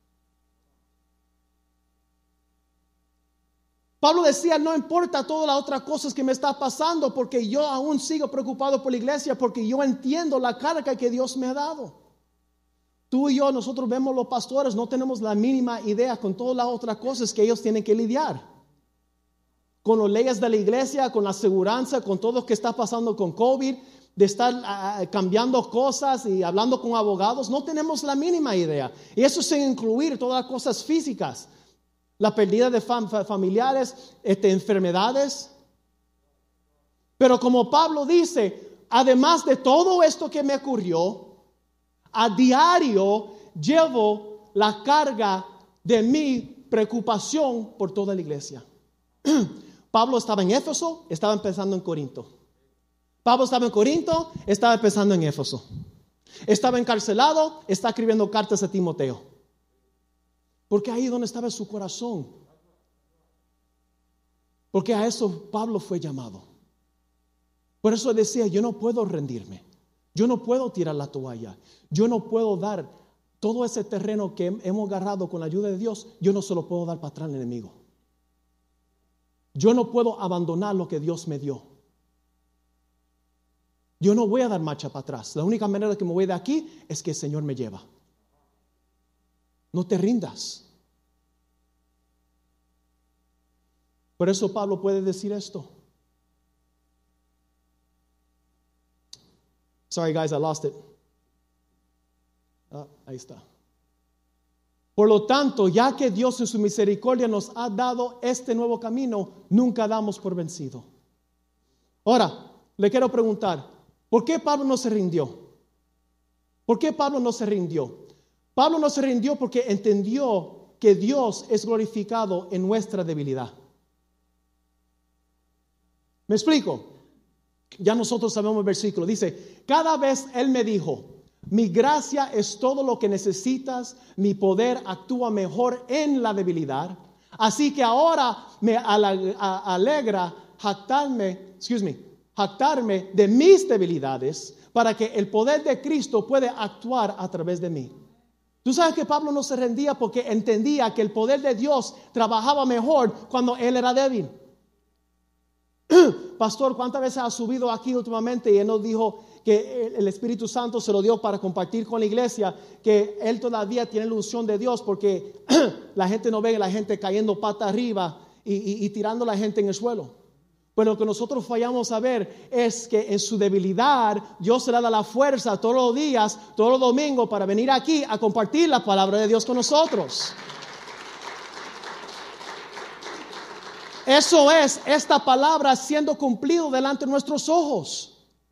Pablo decía, no importa todas las otras cosas que me están pasando, porque yo aún sigo preocupado por la iglesia, porque yo entiendo la carga que Dios me ha dado. Tú y yo, nosotros vemos los pastores, no tenemos la mínima idea con todas las otras cosas que ellos tienen que lidiar. Con las leyes de la iglesia, con la seguridad, con todo lo que está pasando con COVID, de estar uh, cambiando cosas y hablando con abogados, no tenemos la mínima idea. Y eso sin incluir todas las cosas físicas. La pérdida de fam- familiares, este, enfermedades. Pero como Pablo dice, además de todo esto que me ocurrió, a diario llevo la carga de mi preocupación por toda la iglesia. Pablo estaba en Éfeso, estaba empezando en Corinto. Pablo estaba en Corinto, estaba empezando en Éfeso. Estaba encarcelado, está escribiendo cartas a Timoteo. Porque ahí es donde estaba su corazón. Porque a eso Pablo fue llamado. Por eso decía, yo no puedo rendirme. Yo no puedo tirar la toalla. Yo no puedo dar todo ese terreno que hemos agarrado con la ayuda de Dios. Yo no se lo puedo dar para atrás al enemigo. Yo no puedo abandonar lo que Dios me dio. Yo no voy a dar marcha para atrás. La única manera que me voy de aquí es que el Señor me lleva. No te rindas. Por eso Pablo puede decir esto. Sorry guys, I lost it. Ah, ahí está. Por lo tanto, ya que Dios en su misericordia nos ha dado este nuevo camino, nunca damos por vencido. Ahora, le quiero preguntar, ¿por qué Pablo no se rindió? ¿Por qué Pablo no se rindió? Pablo no se rindió porque entendió que Dios es glorificado en nuestra debilidad. ¿Me explico? Ya nosotros sabemos el versículo. Dice, cada vez Él me dijo, mi gracia es todo lo que necesitas, mi poder actúa mejor en la debilidad. Así que ahora me alegra jactarme, excuse me, jactarme de mis debilidades para que el poder de Cristo pueda actuar a través de mí. Tú sabes que Pablo no se rendía porque entendía que el poder de Dios trabajaba mejor cuando él era débil. Pastor, ¿cuántas veces ha subido aquí últimamente y él nos dijo que el Espíritu Santo se lo dio para compartir con la iglesia, que él todavía tiene la unción de Dios porque la gente no ve a la gente cayendo pata arriba y, y, y tirando a la gente en el suelo? Pero lo que nosotros fallamos a ver es que en su debilidad Dios se le da la fuerza todos los días, todos los domingos para venir aquí a compartir la palabra de Dios con nosotros. Eso es esta palabra siendo cumplido delante de nuestros ojos.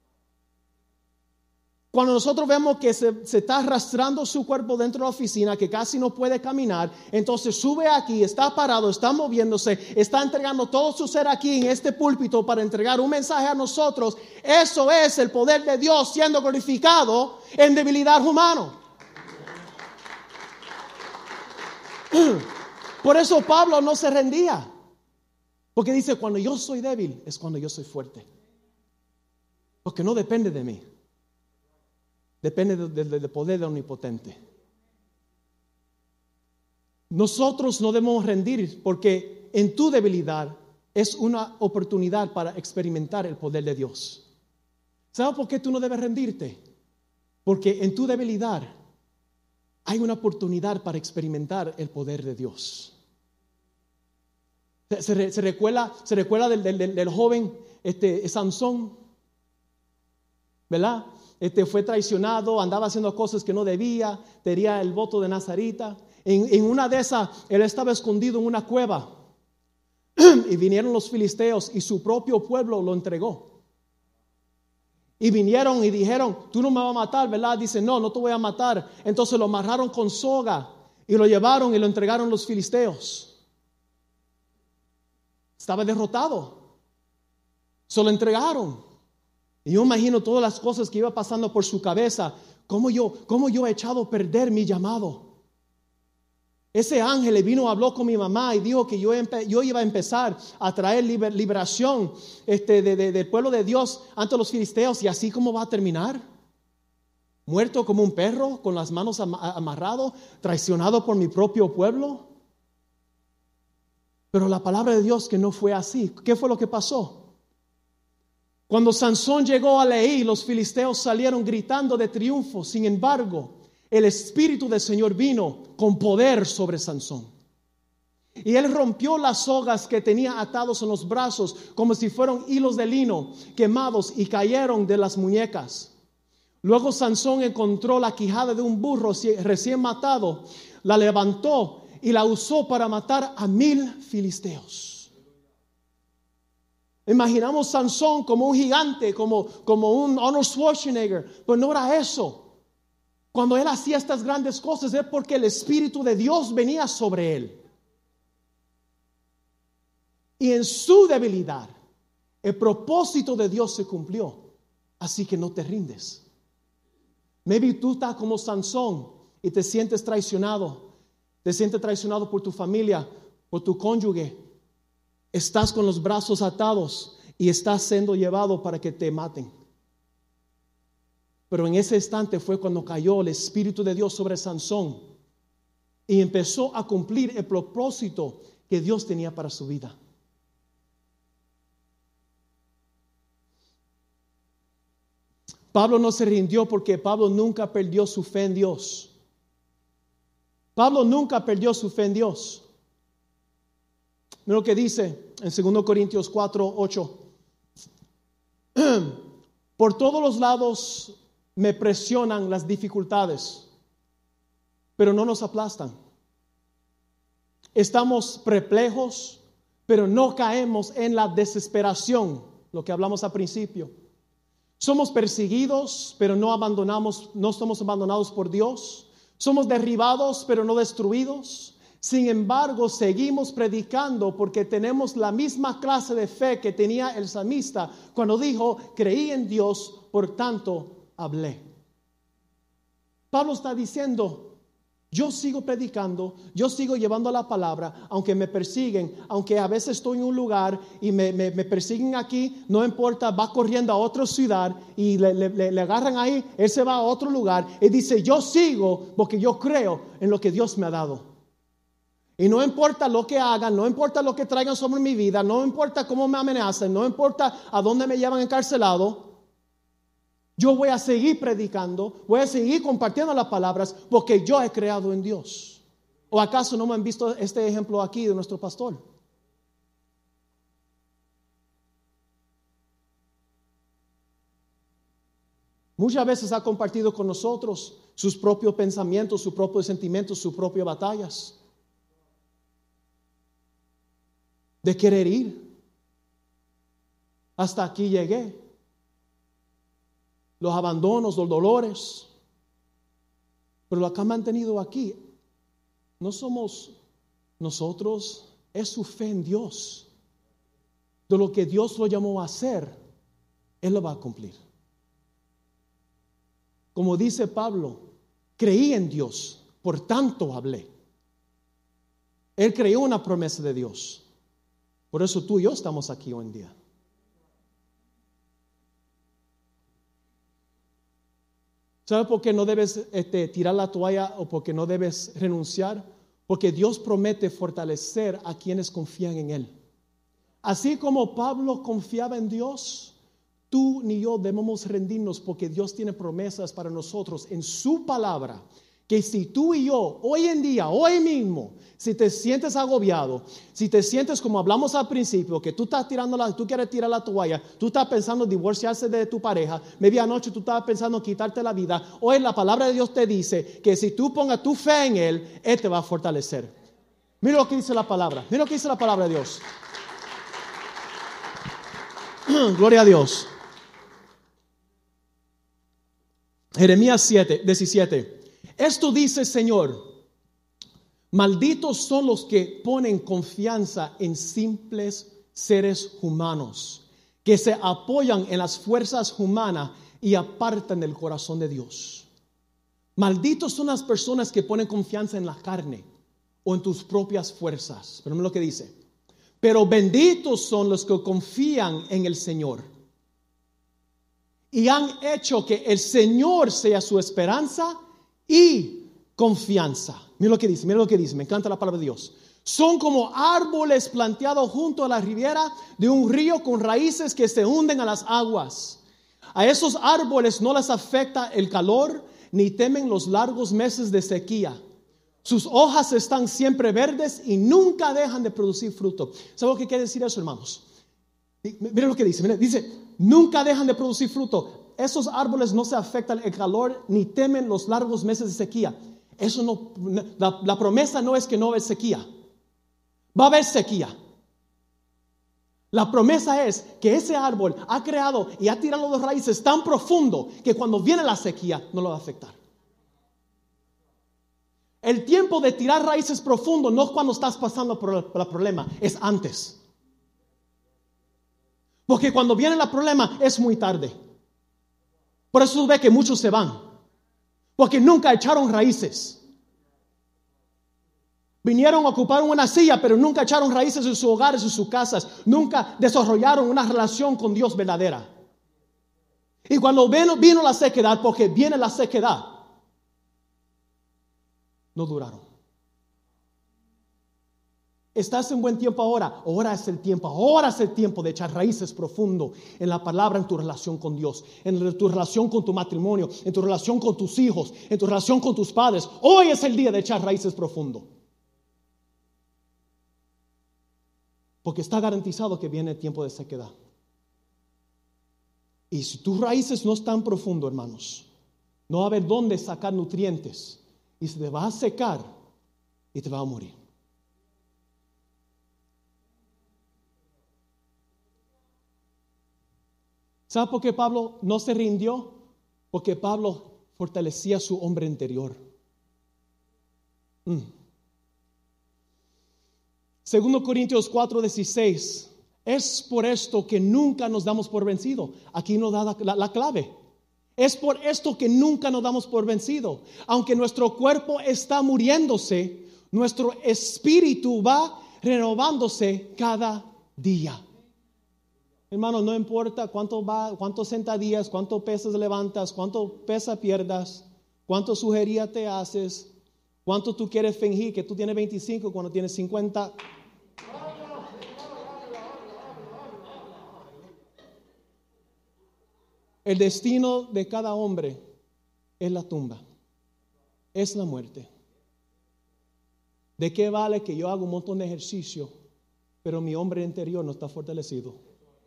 Cuando nosotros vemos que se, se está arrastrando su cuerpo dentro de la oficina, que casi no puede caminar, entonces sube aquí, está parado, está moviéndose, está entregando todo su ser aquí en este púlpito para entregar un mensaje a nosotros. Eso es el poder de Dios siendo glorificado en debilidad humana. Por eso Pablo no se rendía. Porque dice, cuando yo soy débil es cuando yo soy fuerte. Porque no depende de mí. Depende del poder del Omnipotente. Nosotros no debemos rendir porque en tu debilidad es una oportunidad para experimentar el poder de Dios. ¿Sabes por qué tú no debes rendirte? Porque en tu debilidad hay una oportunidad para experimentar el poder de Dios. Se, se, se recuerda, se recuerda del, del, del joven este, Sansón, ¿verdad? Este, fue traicionado, andaba haciendo cosas que no debía, tenía el voto de Nazarita. En, en una de esas, él estaba escondido en una cueva y vinieron los filisteos y su propio pueblo lo entregó. Y vinieron y dijeron, tú no me vas a matar, ¿verdad? Dice, no, no te voy a matar. Entonces lo amarraron con soga y lo llevaron y lo entregaron los filisteos. Estaba derrotado. Se lo entregaron. Y yo imagino todas las cosas que iba pasando por su cabeza. ¿Cómo yo, cómo yo he echado a perder mi llamado? Ese ángel vino, habló con mi mamá y dijo que yo, yo iba a empezar a traer liber, liberación este, de, de, del pueblo de Dios ante los filisteos. ¿Y así cómo va a terminar? Muerto como un perro, con las manos amarrado, traicionado por mi propio pueblo. Pero la palabra de Dios que no fue así. ¿Qué fue lo que pasó? Cuando Sansón llegó a Leí, los filisteos salieron gritando de triunfo. Sin embargo, el Espíritu del Señor vino con poder sobre Sansón. Y él rompió las sogas que tenía atados en los brazos como si fueran hilos de lino quemados y cayeron de las muñecas. Luego Sansón encontró la quijada de un burro recién matado, la levantó y la usó para matar a mil filisteos. Imaginamos Sansón como un gigante, como, como un Arnold Schwarzenegger, pero no era eso. Cuando él hacía estas grandes cosas es porque el Espíritu de Dios venía sobre él. Y en su debilidad, el propósito de Dios se cumplió. Así que no te rindes. Maybe tú estás como Sansón y te sientes traicionado. Te sientes traicionado por tu familia, por tu cónyuge. Estás con los brazos atados y estás siendo llevado para que te maten. Pero en ese instante fue cuando cayó el Espíritu de Dios sobre Sansón y empezó a cumplir el propósito que Dios tenía para su vida. Pablo no se rindió porque Pablo nunca perdió su fe en Dios. Pablo nunca perdió su fe en Dios. Mira lo que dice en segundo Corintios cuatro, ocho. Por todos los lados me presionan las dificultades, pero no nos aplastan. Estamos perplejos, pero no caemos en la desesperación, lo que hablamos al principio. Somos perseguidos, pero no abandonamos, no somos abandonados por Dios. Somos derribados, pero no destruidos. Sin embargo, seguimos predicando porque tenemos la misma clase de fe que tenía el salmista cuando dijo, creí en Dios, por tanto hablé. Pablo está diciendo, yo sigo predicando, yo sigo llevando la palabra, aunque me persiguen, aunque a veces estoy en un lugar y me, me, me persiguen aquí, no importa, va corriendo a otra ciudad y le, le, le agarran ahí, él se va a otro lugar y dice, yo sigo porque yo creo en lo que Dios me ha dado. Y no importa lo que hagan, no importa lo que traigan sobre mi vida, no importa cómo me amenazan, no importa a dónde me llevan encarcelado, yo voy a seguir predicando, voy a seguir compartiendo las palabras porque yo he creado en Dios. ¿O acaso no me han visto este ejemplo aquí de nuestro pastor? Muchas veces ha compartido con nosotros sus propios pensamientos, sus propios sentimientos, sus propias batallas. De querer ir. Hasta aquí llegué. Los abandonos, los dolores. Pero lo que ha mantenido aquí no somos nosotros, es su fe en Dios. De lo que Dios lo llamó a hacer, Él lo va a cumplir. Como dice Pablo, creí en Dios, por tanto hablé. Él creyó una promesa de Dios. Por eso tú y yo estamos aquí hoy en día. ¿Sabes por qué no debes este, tirar la toalla o por qué no debes renunciar? Porque Dios promete fortalecer a quienes confían en Él. Así como Pablo confiaba en Dios, tú ni yo debemos rendirnos porque Dios tiene promesas para nosotros en su palabra. Que si tú y yo, hoy en día, hoy mismo, si te sientes agobiado, si te sientes como hablamos al principio, que tú estás tirando la, tú quieres tirar la toalla, tú estás pensando divorciarse de tu pareja, medianoche tú estás pensando quitarte la vida, hoy la palabra de Dios te dice que si tú pongas tu fe en Él, Él te va a fortalecer. Mira lo que dice la palabra, mira lo que dice la palabra de Dios. Gloria a Dios. Jeremías siete, diecisiete. Esto dice el Señor: malditos son los que ponen confianza en simples seres humanos, que se apoyan en las fuerzas humanas y apartan del corazón de Dios. Malditos son las personas que ponen confianza en la carne o en tus propias fuerzas. Pero mira lo que dice: pero benditos son los que confían en el Señor y han hecho que el Señor sea su esperanza y confianza. Mira lo que dice, mira lo que dice, me encanta la palabra de Dios. Son como árboles planteados junto a la ribera de un río con raíces que se hunden a las aguas. A esos árboles no les afecta el calor ni temen los largos meses de sequía. Sus hojas están siempre verdes y nunca dejan de producir fruto. ¿Sabes lo que quiere decir eso, hermanos? Mira lo que dice, mira, dice, nunca dejan de producir fruto. Esos árboles no se afectan el calor ni temen los largos meses de sequía. Eso no, la, la promesa no es que no va a haber sequía. Va a haber sequía. La promesa es que ese árbol ha creado y ha tirado las raíces tan profundo que cuando viene la sequía no lo va a afectar. El tiempo de tirar raíces profundo no es cuando estás pasando por el, por el problema, es antes. Porque cuando viene el problema es muy tarde. Por eso tú ves que muchos se van, porque nunca echaron raíces. Vinieron, ocuparon una silla, pero nunca echaron raíces en sus hogares, en sus casas. Nunca desarrollaron una relación con Dios verdadera. Y cuando vino, vino la sequedad, porque viene la sequedad, no duraron. Estás en buen tiempo ahora. Ahora es el tiempo. Ahora es el tiempo de echar raíces profundo en la palabra, en tu relación con Dios, en tu relación con tu matrimonio, en tu relación con tus hijos, en tu relación con tus padres. Hoy es el día de echar raíces profundo. Porque está garantizado que viene el tiempo de sequedad. Y si tus raíces no están profundo, hermanos, no va a haber dónde sacar nutrientes. Y se te va a secar y te va a morir. ¿Sabe por qué Pablo no se rindió? Porque Pablo fortalecía su hombre interior. Mm. Segundo Corintios cuatro dieciséis. Es por esto que nunca nos damos por vencido. Aquí nos da la, la, la clave. Es por esto que nunca nos damos por vencido. Aunque nuestro cuerpo está muriéndose, nuestro espíritu va renovándose cada día. Hermano, no importa cuánto va, cuántos sentadillas, cuántos pesas levantas, cuánto pesa pierdas, cuánto sugería te haces, cuánto tú quieres fingir que tú tienes veinticinco cuando tienes cincuenta. El destino de cada hombre es la tumba, es la muerte. ¿De qué vale que yo haga un montón de ejercicio, pero mi hombre interior no está fortalecido?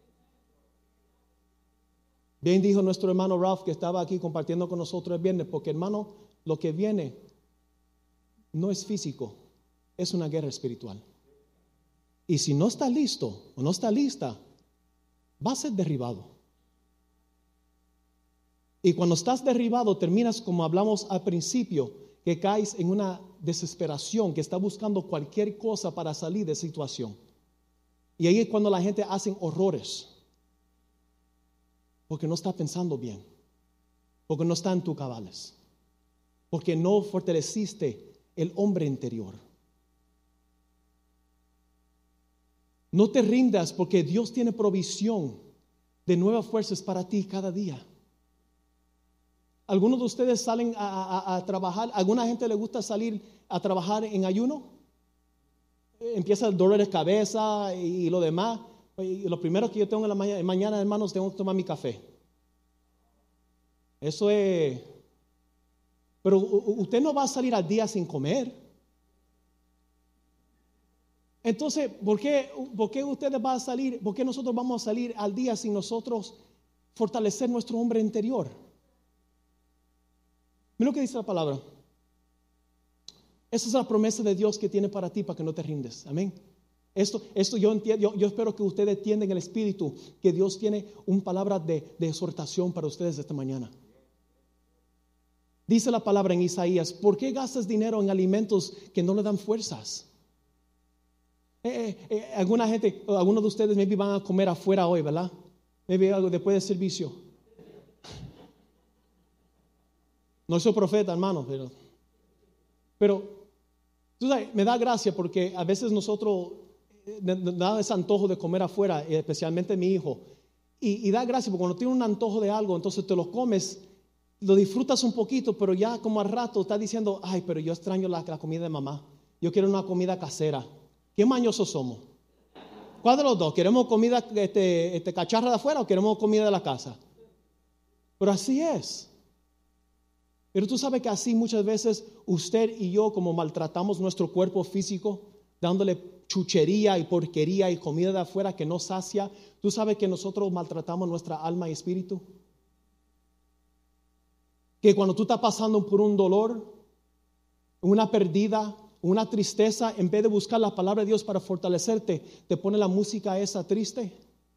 Bien dijo nuestro hermano Ralph, que estaba aquí compartiendo con nosotros el viernes, porque hermano, lo que viene no es físico, es una guerra espiritual. Y si no está listo o no está lista, va a ser derribado. Y cuando estás derribado, terminas como hablamos al principio, que caes en una desesperación, que está buscando cualquier cosa para salir de esa situación. Y ahí es cuando la gente hace horrores. Porque no está pensando bien. Porque no está en tus cabales. Porque no fortaleciste el hombre interior. No te rindas, porque Dios tiene provisión de nuevas fuerzas para ti cada día. ¿Algunos de ustedes salen a, a, a trabajar? ¿Alguna gente le gusta salir a trabajar en ayuno? Empieza el dolor de cabeza y, y lo demás. Y lo primero que yo tengo en la mañana, mañana, hermanos, tengo que tomar mi café. Eso es... Pero usted no va a salir al día sin comer. Entonces, ¿por qué, por qué ustedes van a salir? ¿Por qué nosotros vamos a salir al día sin nosotros fortalecer nuestro hombre interior? Mira lo que dice la palabra. Esa es la promesa de Dios que tiene para ti, para que no te rindes. Amén. Esto, esto yo entiendo, yo, yo espero que ustedes entiendan el espíritu, que Dios tiene una palabra de, de exhortación para ustedes esta mañana. Dice la palabra en Isaías: ¿por qué gastas dinero en alimentos que no le dan fuerzas? Eh, eh, eh, alguna gente, algunos de ustedes maybe van a comer afuera hoy, ¿verdad? Maybe algo después del servicio. No soy profeta, hermano, pero, pero tú sabes, me da gracia porque a veces nosotros nos da ese antojo de comer afuera, especialmente mi hijo, y, y da gracia porque cuando tienes un antojo de algo, entonces te lo comes, lo disfrutas un poquito, pero ya como al rato estás diciendo: ay, pero yo extraño la, la comida de mamá, yo quiero una comida casera. ¿Qué mañosos somos? ¿Cuál de los dos? ¿Queremos comida este, este, cacharra de afuera o queremos comida de la casa? Pero así es. Pero tú sabes que así muchas veces usted y yo, como maltratamos nuestro cuerpo físico, dándole chuchería y porquería y comida de afuera que no sacia, tú sabes que nosotros maltratamos nuestra alma y espíritu. Que cuando tú estás pasando por un dolor, una pérdida, una tristeza, en vez de buscar la palabra de Dios para fortalecerte, te pone la música esa triste.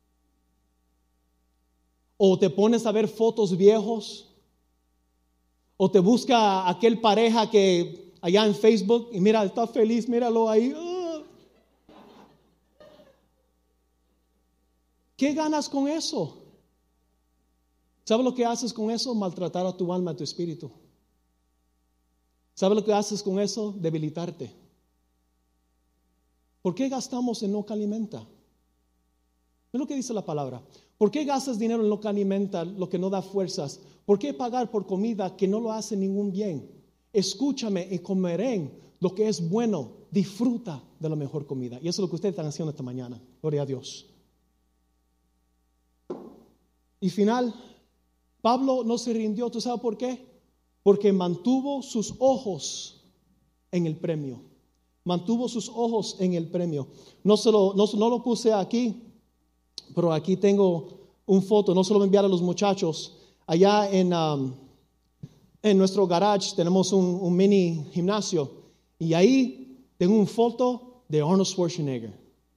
O te pones a ver fotos viejos. O te busca aquel pareja que allá en Facebook y mira, está feliz, míralo ahí. ¡Oh! ¿Qué ganas con eso? ¿Sabes lo que haces con eso? Maltratar a tu alma, a tu espíritu. ¿Sabes lo que haces con eso? Debilitarte. ¿Por qué gastamos en lo que alimenta? Es lo que dice la palabra. ¿Por qué gastas dinero en lo que alimenta, lo que no da fuerzas? ¿Por qué pagar por comida que no lo hace ningún bien? Escúchame y comeré lo que es bueno. Disfruta de la mejor comida. Y eso es lo que ustedes están haciendo esta mañana. Gloria a Dios. Y final, Pablo no se rindió. ¿Tú sabes por qué? Porque mantuvo sus ojos en el premio. Mantuvo sus ojos en el premio. No, se lo, no, no lo puse aquí, pero aquí tengo un foto. No se lo voy a enviar a los muchachos. Allá en, um, en nuestro garage tenemos un, un mini gimnasio. Y ahí tengo una foto de Arnold Schwarzenegger.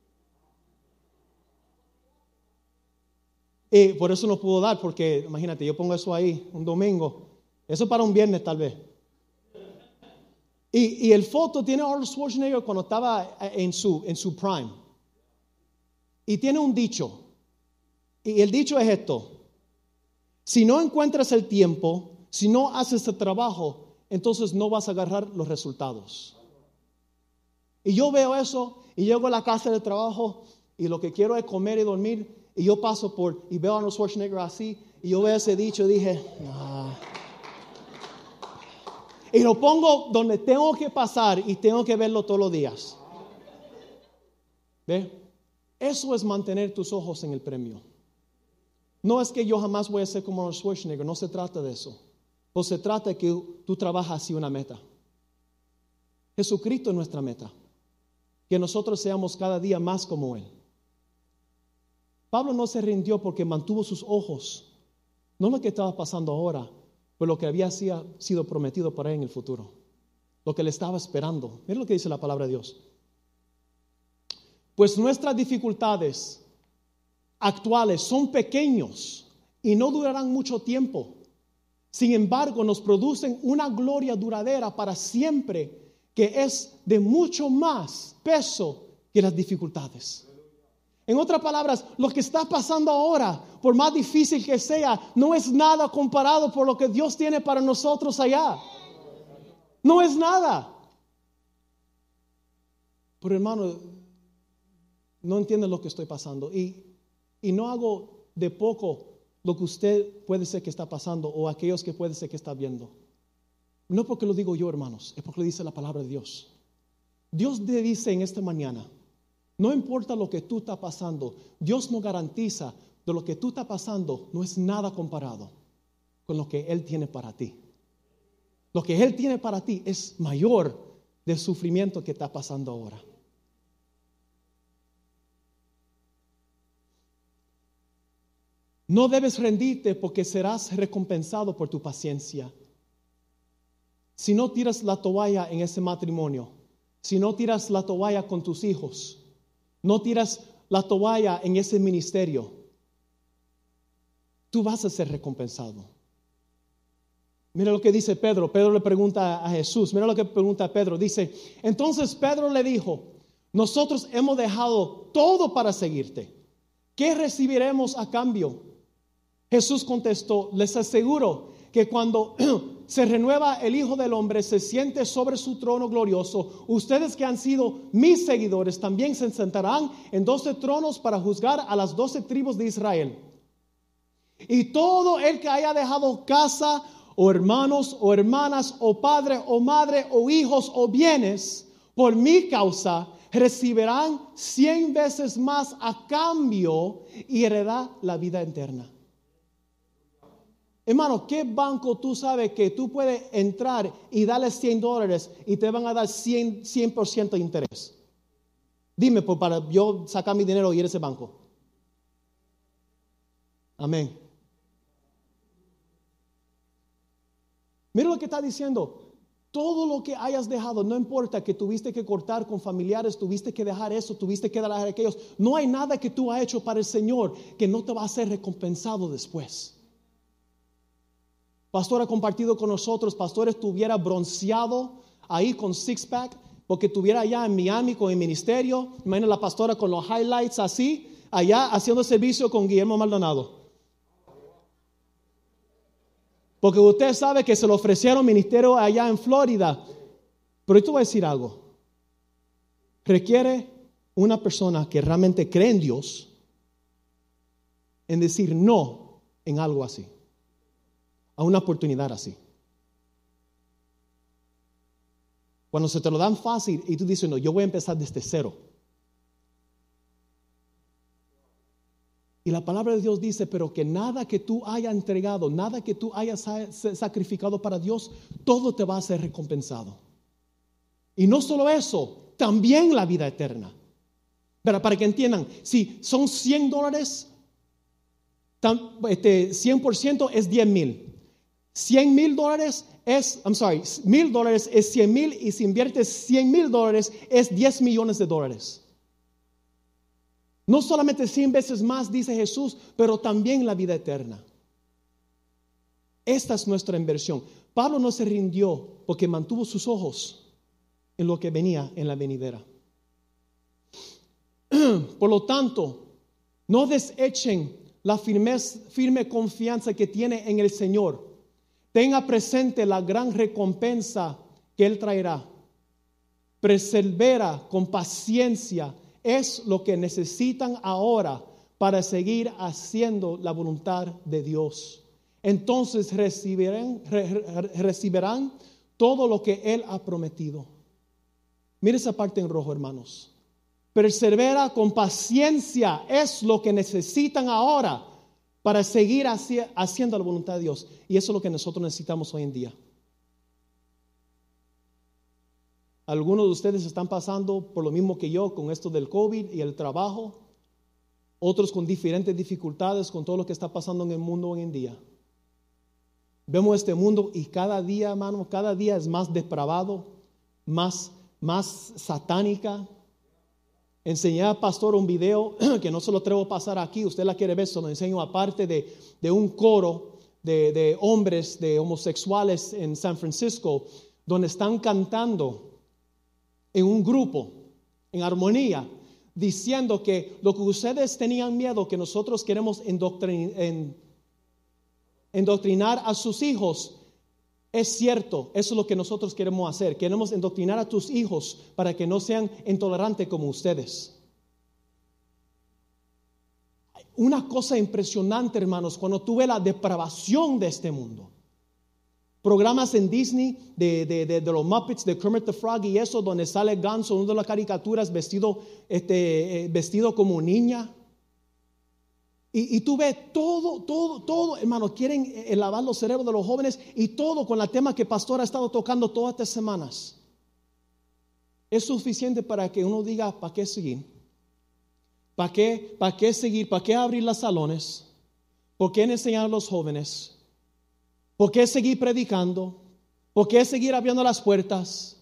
Y por eso no puedo dar, porque imagínate, yo pongo eso ahí un domingo. Eso para un viernes tal vez. Y, y el foto tiene a Arnold Schwarzenegger cuando estaba en su, en su prime. Y tiene un dicho. Y el dicho es esto: si no encuentras el tiempo, si no haces el trabajo, entonces no vas a agarrar los resultados. Y yo veo eso y llego a la casa de trabajo y lo que quiero es comer y dormir. Y yo paso por y veo a Arnold Schwarzenegger así y yo veo ese dicho y dije, ah. Y lo pongo donde tengo que pasar y tengo que verlo todos los días. ¿Ve? Eso es mantener tus ojos en el premio. No es que yo jamás voy a ser como Arnold Schwarzenegger, no se trata de eso. No se trata de que tú trabajas hacia una meta. Jesucristo es nuestra meta. Que nosotros seamos cada día más como Él. Pablo no se rindió porque mantuvo sus ojos, no lo que estaba pasando ahora, pero lo que había sido prometido para él en el futuro. Lo que le estaba esperando. Mira lo que dice la palabra de Dios. Pues nuestras dificultades actuales son pequeños y no durarán mucho tiempo. Sin embargo, nos producen una gloria duradera para siempre, que es de mucho más peso que las dificultades. En otras palabras, lo que está pasando ahora, por más difícil que sea, no es nada comparado por lo que Dios tiene para nosotros allá. No es nada. Pero hermano, no entienden lo que estoy pasando. Y, y no hago de poco lo que usted puede ser que está pasando o aquellos que puede ser que está viendo. No porque lo digo yo, hermanos, es porque lo dice la palabra de Dios. Dios te dice en esta mañana, no importa lo que tú estás pasando, Dios no garantiza de lo que tú estás pasando, no es nada comparado con lo que Él tiene para ti. Lo que Él tiene para ti es mayor del sufrimiento que está pasando ahora. No debes rendirte porque serás recompensado por tu paciencia. Si no tiras la toalla en ese matrimonio, si no tiras la toalla con tus hijos, no tiras la toalla en ese ministerio, tú vas a ser recompensado. Mira lo que dice Pedro. Pedro le pregunta a Jesús. Mira lo que pregunta Pedro. Dice, entonces Pedro le dijo, nosotros hemos dejado todo para seguirte. ¿Qué recibiremos a cambio? Jesús contestó, les aseguro que cuando se renueva el Hijo del Hombre, se siente sobre su trono glorioso, ustedes que han sido mis seguidores también se sentarán en doce tronos para juzgar a las doce tribus de Israel. Y todo el que haya dejado casa o hermanos o hermanas o padre o madre o hijos o bienes por mi causa recibirán cien veces más a cambio y heredarán la vida eterna. Hermano, ¿qué banco tú sabes que tú puedes entrar y darle cien dólares y te van a dar cien por ciento de interés? Dime, pues, para yo sacar mi dinero y ir a ese banco. Amén. Mira lo que está diciendo. Todo lo que hayas dejado, no importa que tuviste que cortar con familiares, tuviste que dejar eso, tuviste que dejar aquellos. No hay nada que tú has hecho para el Señor que no te va a ser recompensado después. Pastor ha compartido con nosotros, pastor estuviera bronceado ahí con six pack, porque estuviera allá en Miami con el ministerio. Imagina la pastora con los highlights así, allá haciendo servicio con Guillermo Maldonado. Porque usted sabe que se lo ofrecieron ministerio allá en Florida. Pero yo te voy a decir algo. Requiere una persona que realmente cree en Dios en decir no en algo así. A una oportunidad así. Cuando se te lo dan fácil y tú dices, no, yo voy a empezar desde cero. Y la palabra de Dios dice, pero que nada que tú hayas entregado, nada que tú hayas sacrificado para Dios, todo te va a ser recompensado. Y no solo eso, también la vida eterna. Pero para que entiendan, si son cien dólares, este, cien por ciento es diez mil. cien mil dólares es, I'm sorry, mil dólares es cien mil y si inviertes cien mil dólares es diez millones de dólares. No solamente cien veces más, dice Jesús, pero también la vida eterna. Esta es nuestra inversión. Pablo no se rindió porque mantuvo sus ojos en lo que venía en la venidera. Por lo tanto, no desechen la firmeza, firme confianza que tiene en el Señor. Tenga presente la gran recompensa que Él traerá. Persevera con paciencia. Es lo que necesitan ahora para seguir haciendo la voluntad de Dios. Entonces recibirán, re, recibirán todo lo que Él ha prometido. Mira esa parte en rojo, hermanos. Persevera con paciencia. Es lo que necesitan ahora para seguir hacia, haciendo la voluntad de Dios. Y eso es lo que nosotros necesitamos hoy en día. Algunos de ustedes están pasando por lo mismo que yo con esto del COVID y el trabajo. Otros con diferentes dificultades con todo lo que está pasando en el mundo hoy en día. Vemos este mundo y cada día, hermano, cada día es más depravado, más, más satánica. Enseñé al pastor un video que no se lo atrevo a pasar aquí. Usted la quiere ver, se lo enseño aparte de, de un coro de, de hombres, de homosexuales en San Francisco, donde están cantando en un grupo, en armonía, diciendo que lo que ustedes tenían miedo, que nosotros queremos endoctrin, endoctrinar a sus hijos, es cierto. Eso es lo que nosotros queremos hacer. Queremos endoctrinar a tus hijos para que no sean intolerantes como ustedes. Una cosa impresionante, hermanos, cuando tú ves la depravación de este mundo. Programas en Disney de, de, de, de los Muppets, de Kermit the Frog y eso, donde sale Gonzo, una de las caricaturas, vestido, este, eh, vestido como niña. Y, y tú ves todo, todo, todo, hermano, quieren eh, lavar los cerebros de los jóvenes y todo con el tema que el pastor ha estado tocando todas estas semanas. Es suficiente para que uno diga, ¿para qué seguir? ¿Para qué, para qué seguir? ¿Para qué abrir los salones? ¿Por qué enseñar a los jóvenes? ¿Por qué seguir predicando? ¿Por qué seguir abriendo las puertas?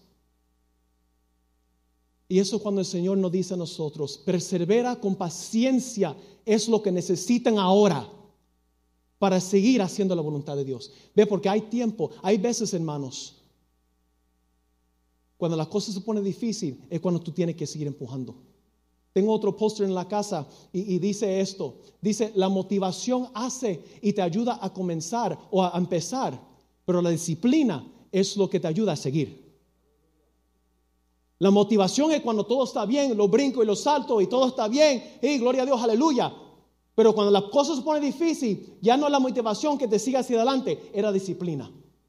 Y eso cuando el Señor nos dice a nosotros, persevera con paciencia, es lo que necesitan ahora para seguir haciendo la voluntad de Dios. Ve, porque hay tiempo, hay veces, hermanos, cuando las cosas se ponen difíciles, es cuando tú tienes que seguir empujando. Tengo otro póster en la casa y, y dice esto, dice, la motivación hace y te ayuda a comenzar o a empezar, pero la disciplina es lo que te ayuda a seguir. La motivación es cuando todo está bien, los brinco y los salto y todo está bien, y gloria a Dios, aleluya. Pero cuando las cosas se ponen difíciles, ya no es la motivación que te siga hacia adelante, es la disciplina.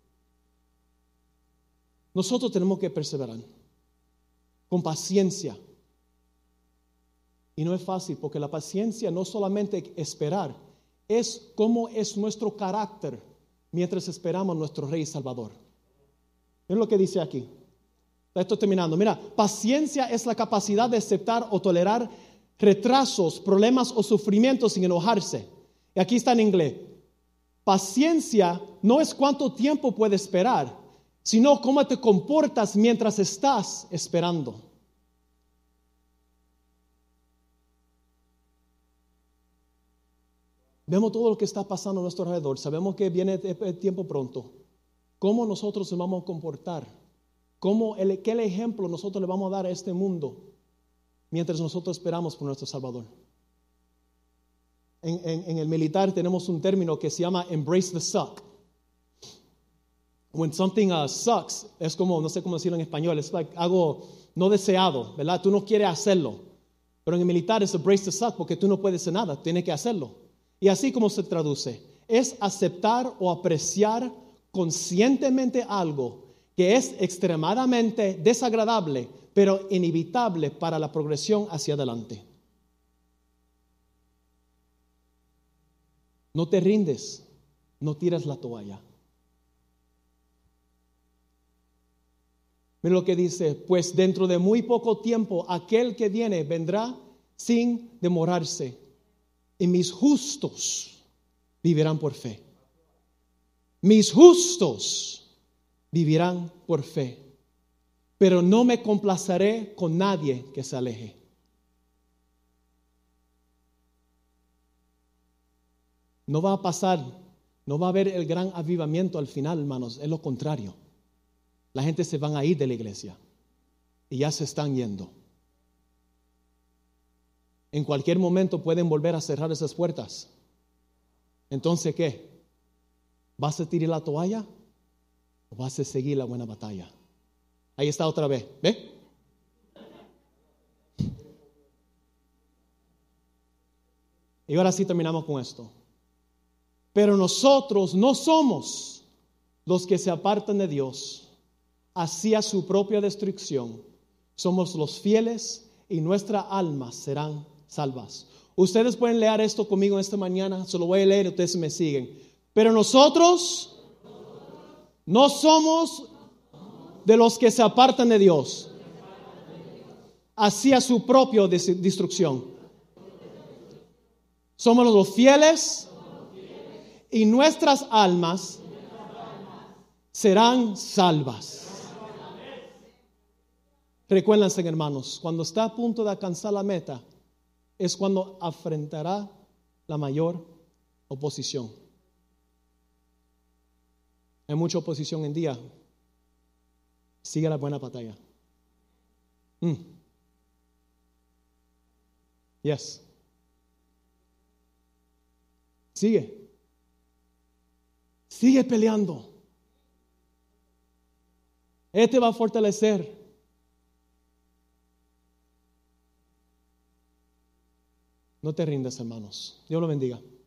Nosotros tenemos que perseverar con paciencia. Y no es fácil, porque la paciencia no solamente esperar, es cómo es nuestro carácter mientras esperamos a nuestro Rey y Salvador. Es lo que dice aquí. Estoy terminando. Mira, paciencia es la capacidad de aceptar o tolerar retrasos, problemas o sufrimientos sin enojarse. Y aquí está en inglés. Paciencia no es cuánto tiempo puedes esperar, sino cómo te comportas mientras estás esperando. Vemos todo lo que está pasando a nuestro alrededor. Sabemos que viene el tiempo pronto. ¿Cómo nosotros nos vamos a comportar? ¿Cómo el, ¿Qué ejemplo nosotros le vamos a dar a este mundo mientras nosotros esperamos por nuestro Salvador? En, en, en el militar tenemos un término que se llama embrace the suck. When something uh, sucks, es como, no sé cómo decirlo en español, es like algo no deseado, ¿verdad? Tú no quieres hacerlo. Pero en el militar es embrace the suck porque tú no puedes hacer nada, tienes que hacerlo. Y así como se traduce, es aceptar o apreciar conscientemente algo que es extremadamente desagradable, pero inevitable para la progresión hacia adelante. No te rindes, no tiras la toalla. Mira lo que dice, pues dentro de muy poco tiempo aquel que viene vendrá sin demorarse. Y mis justos vivirán por fe. Mis justos vivirán por fe. Pero no me complaceré con nadie que se aleje. No va a pasar, no va a haber el gran avivamiento al final, hermanos. Es lo contrario. La gente se van a ir de la iglesia y ya se están yendo. En cualquier momento pueden volver a cerrar esas puertas. Entonces, ¿qué? ¿Vas a tirar la toalla o vas a seguir la buena batalla? Ahí está otra vez, ¿ve? Y ahora sí terminamos con esto. Pero nosotros no somos los que se apartan de Dios hacia su propia destrucción. Somos los fieles y nuestras almas serán salvas. Ustedes pueden leer esto conmigo esta mañana. Se lo voy a leer y ustedes me siguen. Pero nosotros no somos de los que se apartan de Dios hacia su propia destrucción. Somos los fieles y nuestras almas serán salvas. Recuérdense, hermanos, cuando está a punto de alcanzar la meta, es cuando afrontará la mayor oposición. Hay mucha oposición en día. Sigue la buena batalla. Mm. Yes. Sigue. Sigue peleando. Este va a fortalecer. No te rindas, hermanos. Dios lo bendiga.